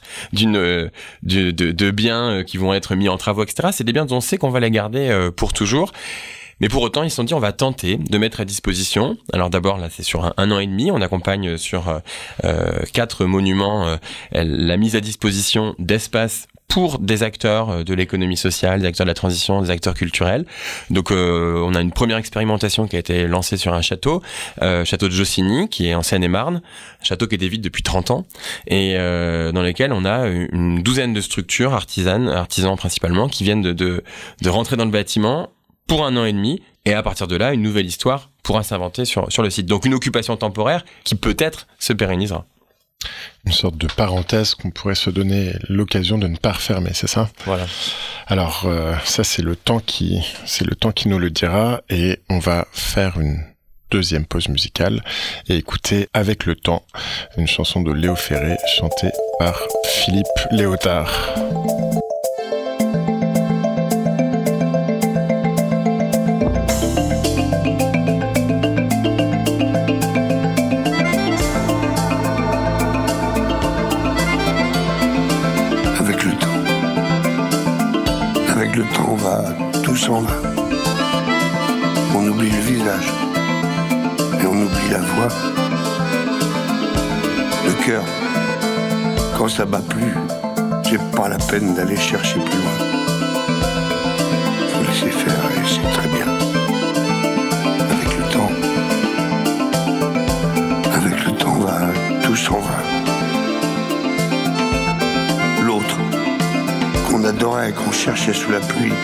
de biens qui vont être mis en travaux, etc. C'est des biens dont on sait qu'on va les garder pour toujours. Mais pour autant, ils se sont dit, on va tenter de mettre à disposition. Alors d'abord, là, c'est sur un an et demi. On accompagne sur 4 monuments la mise à disposition d'espaces pour des acteurs de l'économie sociale, des acteurs de la transition, des acteurs culturels. Donc on a une première expérimentation qui a été lancée sur un château de Jossigny, qui est en Seine-et-Marne, un château qui était vide depuis 30 ans, et dans lequel on a une douzaine de structures artisans principalement, qui viennent de rentrer dans le bâtiment pour un an et demi, et à partir de là, une nouvelle histoire pourra s'inventer sur le site. Donc une occupation temporaire qui peut-être se pérennisera. Une sorte de parenthèse qu'on pourrait se donner l'occasion de ne pas refermer, c'est ça? Voilà. Alors ça, c'est le temps qui nous le dira, et on va faire une deuxième pause musicale et écouter Avec le temps, une chanson de Léo Ferré chantée par Philippe Léotard. va, tout s'en va. On oublie le visage et on oublie la voix. Le cœur, quand ça bat plus, j'ai pas la peine d'aller chercher plus loin. Faut laisser faire et c'est très bien. Avec le temps va, tout s'en va. L'autre qu'on adorait, qu'on cherchait sous la pluie.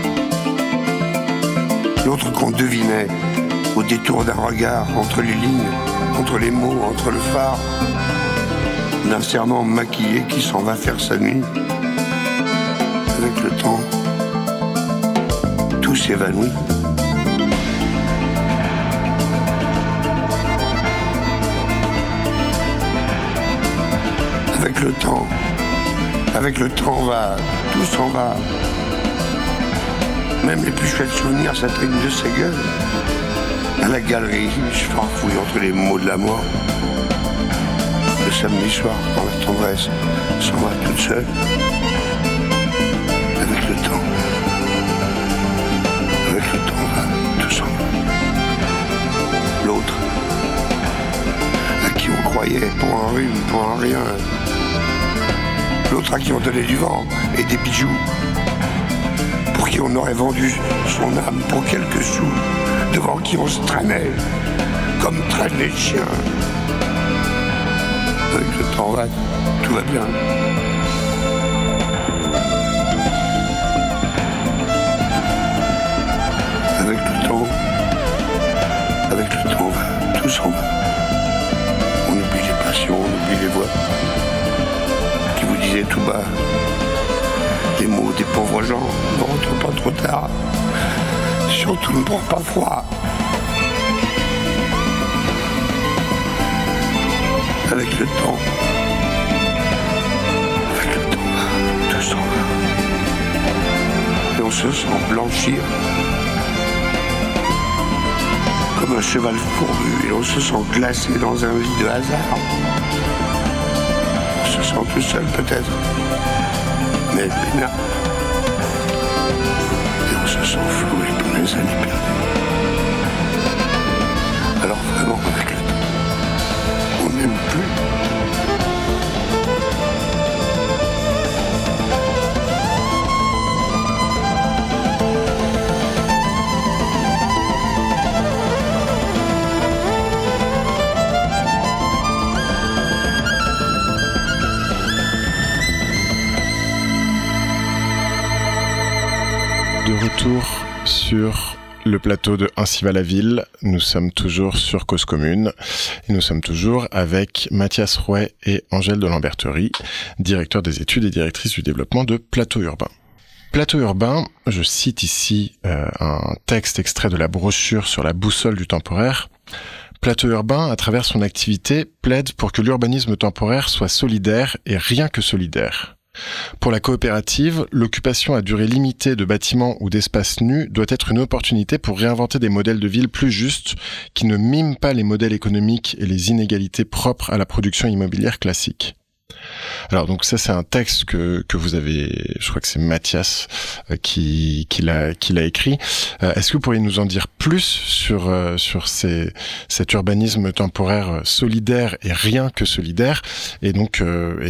L'autre qu'on devinait au détour d'un regard, entre les lignes, entre les mots, entre le phare. D'un serment maquillé qui s'en va faire sa nuit. Avec le temps, tout s'évanouit. Avec le temps va, tout s'en va. Même les plus chouettes souvenirs s'atteignent de sa gueule. À la galerie, je farfouille entre les mots de la mort. Le samedi soir, quand la tendresse s'en va toute seule. Avec le temps va, tout s'en va. L'autre, à qui on croyait pour un rhume, pour un rien. L'autre à qui on donnait du vent et des bijoux. Pour qui on aurait vendu son âme pour quelques sous. Devant qui on se traînait, comme traînent les chiens. Avec le temps va, tout va bien. Avec le temps va, tout s'en va. On oublie les passions, on oublie les voix. Qui vous disaient tout bas les mots des pauvres gens, ne rentre pas trop tard. Surtout ne prends pas froid. Avec le temps va, tout s'en va. Et on se sent blanchir comme un cheval fourbu et on se sent glacé dans un lit de hasard. On se sent tout seul peut-être, mais peinard. Et on se sent floué pour les années perdues. Alors vraiment avec le temps, on n'aime plus. De retour sur le plateau de Ainsi va la ville, nous sommes toujours sur Cause Commune et nous sommes toujours avec Mathias Rouet et Angèle de Lamberterie, directeur des études et directrice du développement de Plateau Urbain. Plateau Urbain, je cite ici un texte extrait de la brochure sur la boussole du temporaire. Plateau Urbain, à travers son activité, plaide pour que l'urbanisme temporaire soit solidaire et rien que solidaire. Pour la coopérative, l'occupation à durée limitée de bâtiments ou d'espaces nus doit être une opportunité pour réinventer des modèles de ville plus justes qui ne miment pas les modèles économiques et les inégalités propres à la production immobilière classique. Alors donc ça c'est un texte que vous avez, je crois que c'est Mathias qui l'a écrit. Est-ce que vous pourriez nous en dire plus sur cet urbanisme temporaire solidaire et rien que solidaire, et donc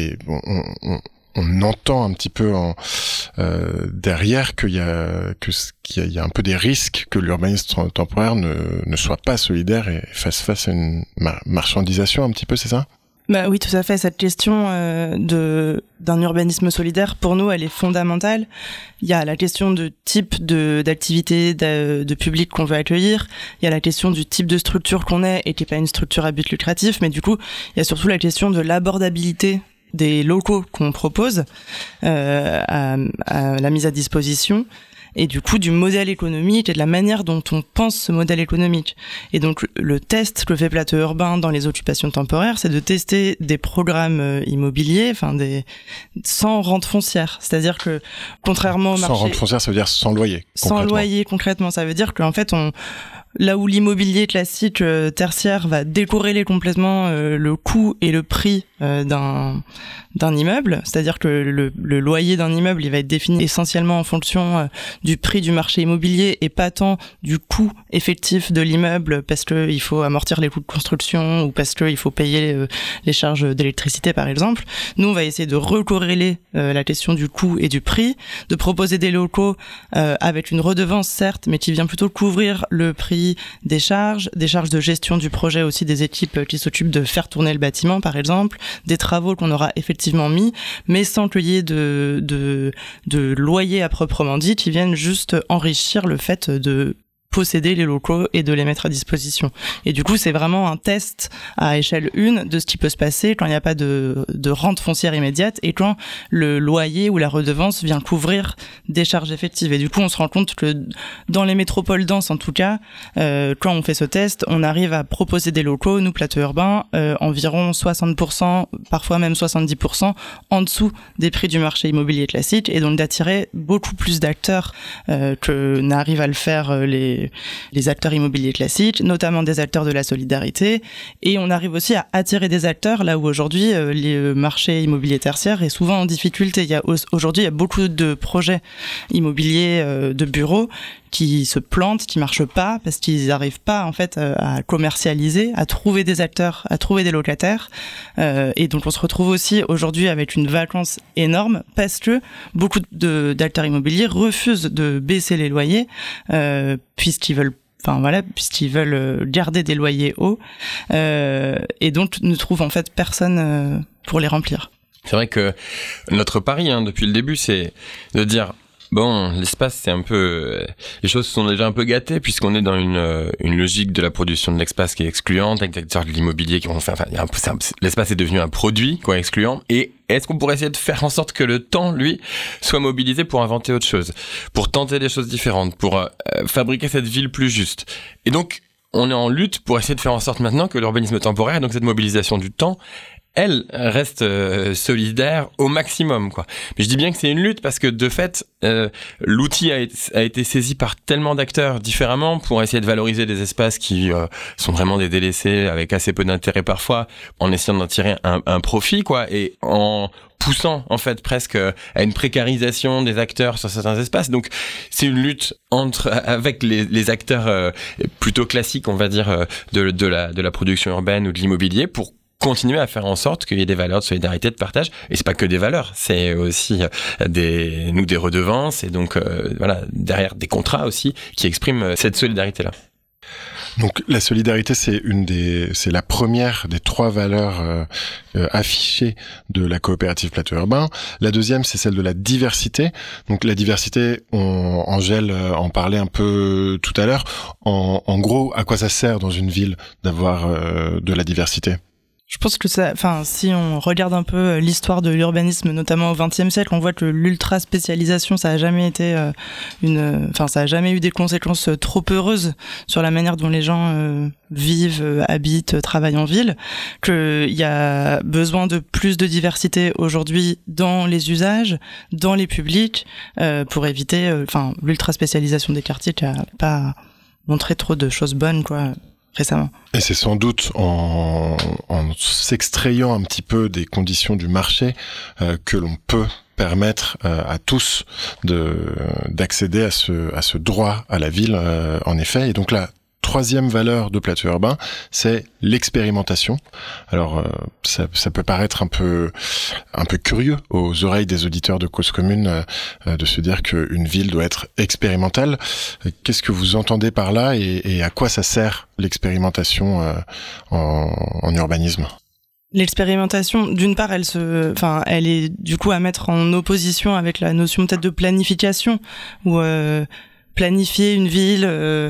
on entend un petit peu derrière qu'il y a un peu des risques que l'urbanisme temporaire ne soit pas solidaire et fasse face à une marchandisation un petit peu, c'est ça ? Bah oui, tout à fait. Cette question d'un urbanisme solidaire, pour nous, elle est fondamentale. Il y a la question du type d'activité, de public qu'on veut accueillir. Il y a la question du type de structure qu'on est et qui n'est pas une structure à but lucratif. Mais du coup, il y a surtout la question de l'abordabilité des locaux qu'on propose à la mise à disposition, et du coup du modèle économique et de la manière dont on pense ce modèle économique. Et donc le test que fait Plateau Urbain dans les occupations temporaires, c'est de tester des programmes immobiliers, sans rente foncière. C'est-à-dire que contrairement au marché... Sans rente foncière, ça veut dire sans loyer. Sans loyer, concrètement. Ça veut dire qu'en fait Là où l'immobilier classique tertiaire va décorréler complètement le coût et le prix d'un immeuble, c'est-à-dire que le loyer d'un immeuble, il va être défini essentiellement en fonction du prix du marché immobilier et pas tant du coût effectif de l'immeuble parce que il faut amortir les coûts de construction ou parce que il faut payer les charges d'électricité par exemple. Nous, on va essayer de recorréler la question du coût et du prix, de proposer des locaux avec une redevance certes, mais qui vient plutôt couvrir le prix des charges de gestion du projet aussi des équipes qui s'occupent de faire tourner le bâtiment par exemple, des travaux qu'on aura effectivement mis, mais sans qu'il y ait de loyer à proprement dit, qui viennent juste enrichir le fait de posséder les locaux et de les mettre à disposition. Et du coup, c'est vraiment un test à échelle 1 de ce qui peut se passer quand il n'y a pas de rente foncière immédiate et quand le loyer ou la redevance vient couvrir des charges effectives. Et du coup, on se rend compte que dans les métropoles denses, en tout cas, quand on fait ce test, on arrive à proposer des locaux, nous, Plateau Urbain, environ 60%, parfois même 70% en dessous des prix du marché immobilier classique, et donc d'attirer beaucoup plus d'acteurs que n'arrivent à le faire les acteurs immobiliers classiques, notamment des acteurs de la solidarité, et on arrive aussi à attirer des acteurs là où aujourd'hui le marché immobilier tertiaire est souvent en difficulté. Aujourd'hui, il y a beaucoup de projets immobiliers de bureaux qui se plantent, qui marchent pas parce qu'ils n'arrivent pas en fait à commercialiser, à trouver des acteurs, à trouver des locataires, et donc on se retrouve aussi aujourd'hui avec une vacance énorme parce que beaucoup d'acteurs immobiliers refusent de baisser les loyers puisqu'ils veulent garder des loyers hauts et donc ne trouvent en fait personne pour les remplir. C'est vrai que notre pari depuis le début, c'est de dire bon, l'espace, c'est un peu... les choses sont déjà un peu gâtées puisqu'on est dans une logique de la production de l'espace qui est excluante, avec des acteurs de l'immobilier qui vont faire... l'espace est devenu un produit excluant. Et est-ce qu'on pourrait essayer de faire en sorte que le temps, lui, soit mobilisé pour inventer autre chose, pour tenter des choses différentes, pour fabriquer cette ville plus juste. Et donc, on est en lutte pour essayer de faire en sorte maintenant que l'urbanisme temporaire, donc cette mobilisation du temps, elle reste solidaire au maximum, quoi. Mais je dis bien que c'est une lutte parce que de fait, l'outil a été saisi par tellement d'acteurs différemment pour essayer de valoriser des espaces qui sont vraiment des délaissés avec assez peu d'intérêt parfois, en essayant d'en tirer un profit, quoi, et en poussant en fait presque à une précarisation des acteurs sur certains espaces. Donc c'est une lutte avec les acteurs plutôt classiques, on va dire, de la production urbaine ou de l'immobilier pour continuer à faire en sorte qu'il y ait des valeurs de solidarité, de partage. Et c'est pas que des valeurs, c'est aussi des redevances et donc derrière des contrats aussi qui expriment cette solidarité-là. Donc la solidarité, c'est la première des 3 valeurs affichées de la coopérative Plateau Urbain. La deuxième, c'est celle de la diversité. Donc la diversité, Angèle en parlait un peu tout à l'heure. En gros, à quoi ça sert dans une ville d'avoir de la diversité ? Je pense que si on regarde un peu l'histoire de l'urbanisme, notamment au XXe siècle, on voit que l'ultra spécialisation, ça a jamais été ça a jamais eu des conséquences trop heureuses sur la manière dont les gens vivent, habitent, travaillent en ville. Qu'il y a besoin de plus de diversité aujourd'hui dans les usages, dans les publics, pour éviter, l'ultra spécialisation des quartiers qui a pas montré trop de choses bonnes, quoi. Récemment. Et c'est sans doute en s'extrayant un petit peu des conditions du marché que l'on peut permettre à tous d'accéder à ce droit à la ville, en effet. Et donc la troisième valeur de Plateau Urbain, c'est l'expérimentation. Alors ça peut paraître un peu curieux aux oreilles des auditeurs de Cause Commune de se dire qu'une ville doit être expérimentale. Qu'est-ce que vous entendez par là et à quoi ça sert l'expérimentation en urbanisme ? L'expérimentation, d'une part, elle est du coup à mettre en opposition avec la notion peut-être de planification où planifier une ville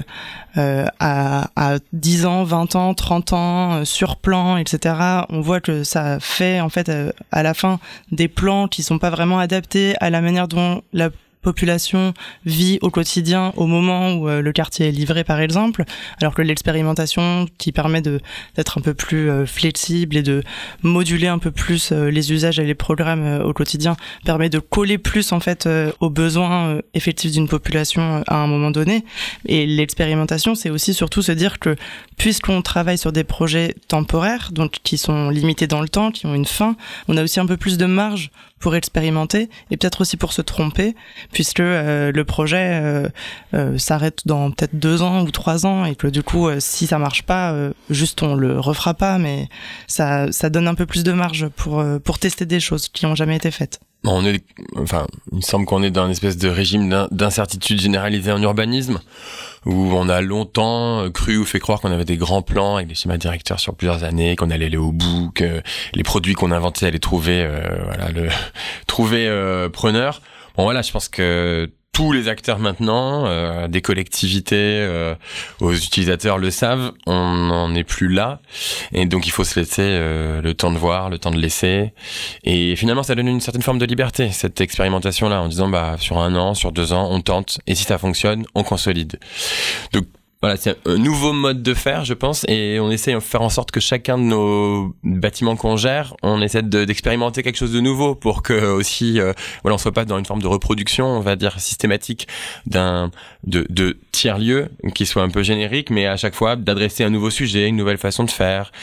à 10 ans, 20 ans, 30 ans, sur plan, etc. On voit que ça fait en fait à la fin des plans qui sont pas vraiment adaptés à la manière dont la population vit au quotidien au moment où le quartier est livré par exemple, alors que l'expérimentation qui permet d'être un peu plus flexible et de moduler un peu plus les usages et les programmes au quotidien permet de coller plus en fait aux besoins effectifs d'une population à un moment donné. Et l'expérimentation, c'est aussi surtout se dire que puisqu'on travaille sur des projets temporaires, donc qui sont limités dans le temps, qui ont une fin, on a aussi un peu plus de marge pour expérimenter et peut-être aussi pour se tromper, puisque le projet s'arrête dans peut-être 2 ans ou 3 ans et que du coup, si ça marche pas, juste on le refera pas, mais ça donne un peu plus de marge pour tester des choses qui n'ont jamais été faites. Il me semble qu'on est dans une espèce de régime d'incertitude généralisée en urbanisme, où on a longtemps cru ou fait croire qu'on avait des grands plans avec des schémas directeurs sur plusieurs années, qu'on allait aller au bout, que les produits qu'on inventait allaient trouver preneur. Bon voilà, je pense que tous les acteurs maintenant, des collectivités aux utilisateurs le savent, on n'en est plus là. Et donc il faut se laisser le temps de voir, le temps de laisser. Et finalement ça donne une certaine forme de liberté, cette expérimentation-là, en disant sur 1 an, sur 2 ans, on tente. Et si ça fonctionne, on consolide. Donc voilà, c'est un nouveau mode de faire, je pense, et on essaie de faire en sorte que chacun de nos bâtiments qu'on gère, on essaie d'expérimenter quelque chose de nouveau pour que aussi, on soit pas dans une forme de reproduction, on va dire systématique de tiers-lieux qui soit un peu générique, mais à chaque fois d'adresser un nouveau sujet, une nouvelle façon de faire,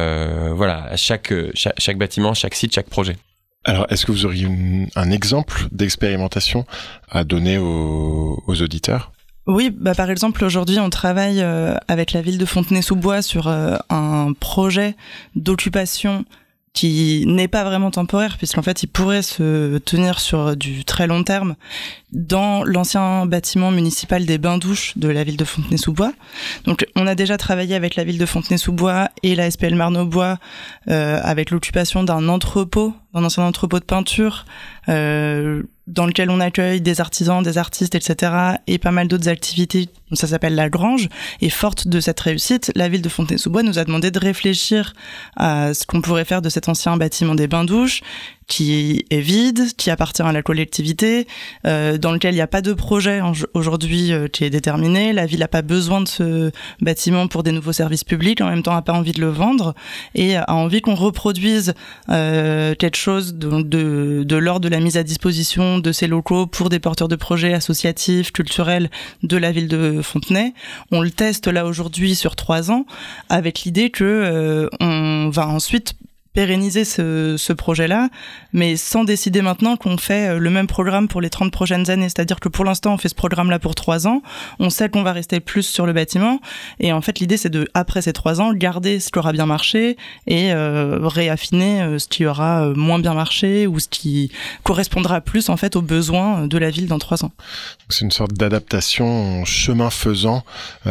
à chaque bâtiment, chaque site, chaque projet. Alors, est-ce que vous auriez un exemple d'expérimentation à donner aux auditeurs ? Oui, par exemple, aujourd'hui, on travaille avec la ville de Fontenay-sous-Bois sur un projet d'occupation qui n'est pas vraiment temporaire, puisqu'en fait, il pourrait se tenir sur du très long terme dans l'ancien bâtiment municipal des bains-douches de la ville de Fontenay-sous-Bois. Donc, on a déjà travaillé avec la ville de Fontenay-sous-Bois et la SPL Marne-aux-Bois avec l'occupation d'un ancien entrepôt de peinture dans lequel on accueille des artisans, des artistes, etc. et pas mal d'autres activités. Ça s'appelle La Grange. Et forte de cette réussite, la ville de Fontenay-sous-Bois nous a demandé de réfléchir à ce qu'on pourrait faire de cet ancien bâtiment des bains-douches qui est vide, qui appartient à la collectivité, dans lequel il n'y a pas de projet aujourd'hui qui est déterminé. La ville n'a pas besoin de ce bâtiment pour des nouveaux services publics, en même temps n'a pas envie de le vendre et a envie qu'on reproduise quelque chose de l'ordre de la mise à disposition de ces locaux pour des porteurs de projets associatifs, culturels de la ville de Fontenay. On le teste là aujourd'hui sur 3 ans avec l'idée que on va ensuite pérenniser ce projet-là, mais sans décider maintenant qu'on fait le même programme pour les 30 prochaines années. C'est-à-dire que pour l'instant, on fait ce programme-là pour 3 ans. On sait qu'on va rester plus sur le bâtiment. Et en fait, l'idée, c'est de, après ces 3 ans, garder ce qui aura bien marché et réaffiner ce qui aura moins bien marché ou ce qui correspondra plus, en fait, aux besoins de la ville dans 3 ans. C'est une sorte d'adaptation chemin faisant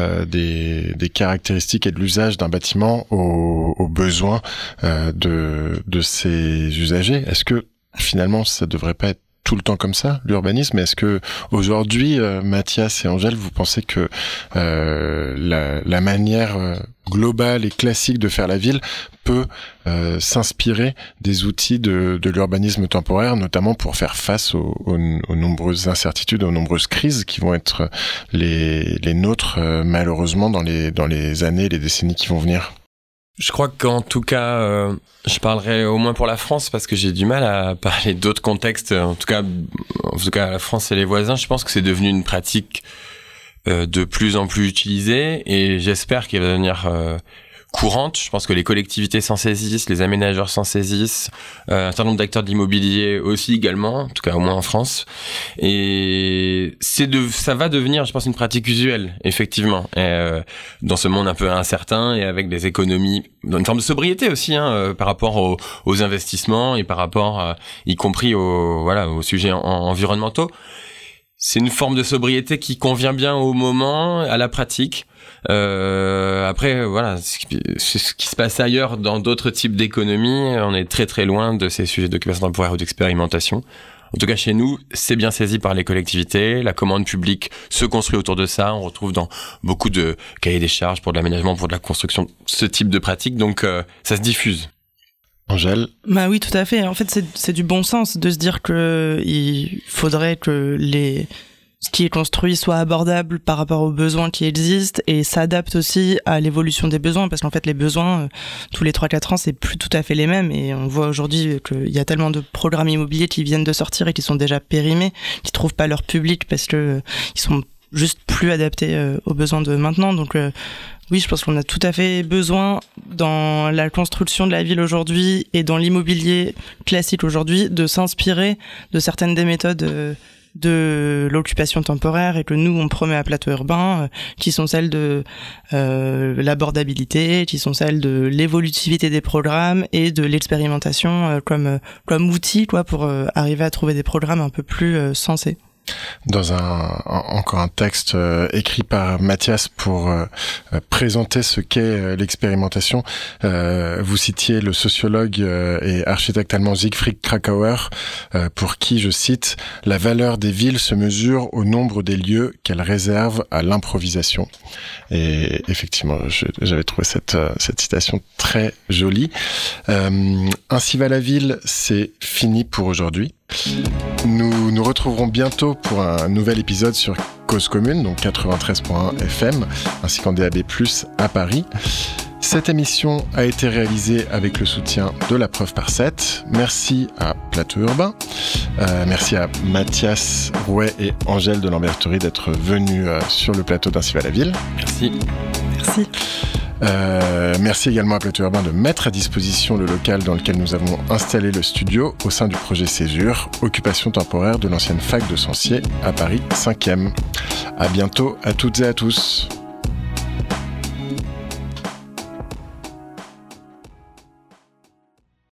des caractéristiques et de l'usage d'un bâtiment aux besoins de ses usagers. Est-ce que finalement ça devrait pas être tout le temps comme ça, l'urbanisme? Est-ce que aujourd'hui, Mathias et Angèle, vous pensez que la manière globale et classique de faire la ville peut s'inspirer des outils de l'urbanisme temporaire, notamment pour faire face aux nombreuses incertitudes, aux nombreuses crises qui vont être les nôtres malheureusement dans les années et les décennies qui vont venir? Je crois qu'en tout cas, je parlerai au moins pour la France parce que j'ai du mal à parler d'autres contextes. En tout cas, la France et les voisins, je pense que c'est devenu une pratique de plus en plus utilisée et j'espère qu'elle va devenir courante. Je pense que les collectivités s'en saisissent, les aménageurs s'en saisissent, un certain nombre d'acteurs de l'immobilier aussi également, en tout cas au moins en France. Et ça va devenir, je pense, une pratique usuelle, effectivement, dans ce monde un peu incertain et avec des économies, dans une forme de sobriété aussi, par rapport aux investissements et par rapport, y compris aux sujets environnementaux. C'est une forme de sobriété qui convient bien au moment, à la pratique. Après, c'est ce qui se passe ailleurs dans d'autres types d'économies. On est très très loin de ces sujets d'occupation temporaire ou d'expérimentation. En tout cas, chez nous, c'est bien saisi par les collectivités. La commande publique se construit autour de ça. On retrouve dans beaucoup de cahiers des charges pour de l'aménagement, pour de la construction, ce type de pratique. Donc, ça se diffuse. Angèle? Bah oui, tout à fait. En fait, c'est du bon sens de se dire que il faudrait que ce qui est construit soit abordable par rapport aux besoins qui existent et s'adapte aussi à l'évolution des besoins, parce qu'en fait les besoins tous les 3-4 ans c'est plus tout à fait les mêmes, et on voit aujourd'hui qu'il y a tellement de programmes immobiliers qui viennent de sortir et qui sont déjà périmés, qui trouvent pas leur public parce que ils sont juste plus adaptés aux besoins de maintenant. Donc oui, je pense qu'on a tout à fait besoin dans la construction de la ville aujourd'hui et dans l'immobilier classique aujourd'hui de s'inspirer de certaines des méthodes de l'occupation temporaire et que nous on promet à Plateau Urbain, qui sont celles de l'abordabilité, qui sont celles de l'évolutivité des programmes et de l'expérimentation comme outil quoi pour arriver à trouver des programmes un peu plus sensés. Dans encore un texte écrit par Mathias pour présenter ce qu'est l'expérimentation, vous citiez le sociologue et architecte allemand Siegfried Kracauer, pour qui, je cite, « La valeur des villes se mesure au nombre des lieux qu'elles réservent à l'improvisation ». Et effectivement, j'avais trouvé cette citation très jolie. Ainsi va la ville, c'est fini pour aujourd'hui. Nous nous retrouverons bientôt pour un nouvel épisode sur Cause Commune, donc 93.1 FM, ainsi qu'en DAB+, à Paris. Cette émission a été réalisée avec le soutien de La Preuve par 7. Merci à Plateau Urbain. Merci à Mathias Rouet et Angèle de Lamberterie d'être venus sur le plateau d'Ainsi va la ville. Merci. Merci. Merci également à Plateau Urbain de mettre à disposition le local dans lequel nous avons installé le studio au sein du projet Césure, occupation temporaire de l'ancienne fac de Sancier à Paris 5e. À bientôt à toutes et à tous.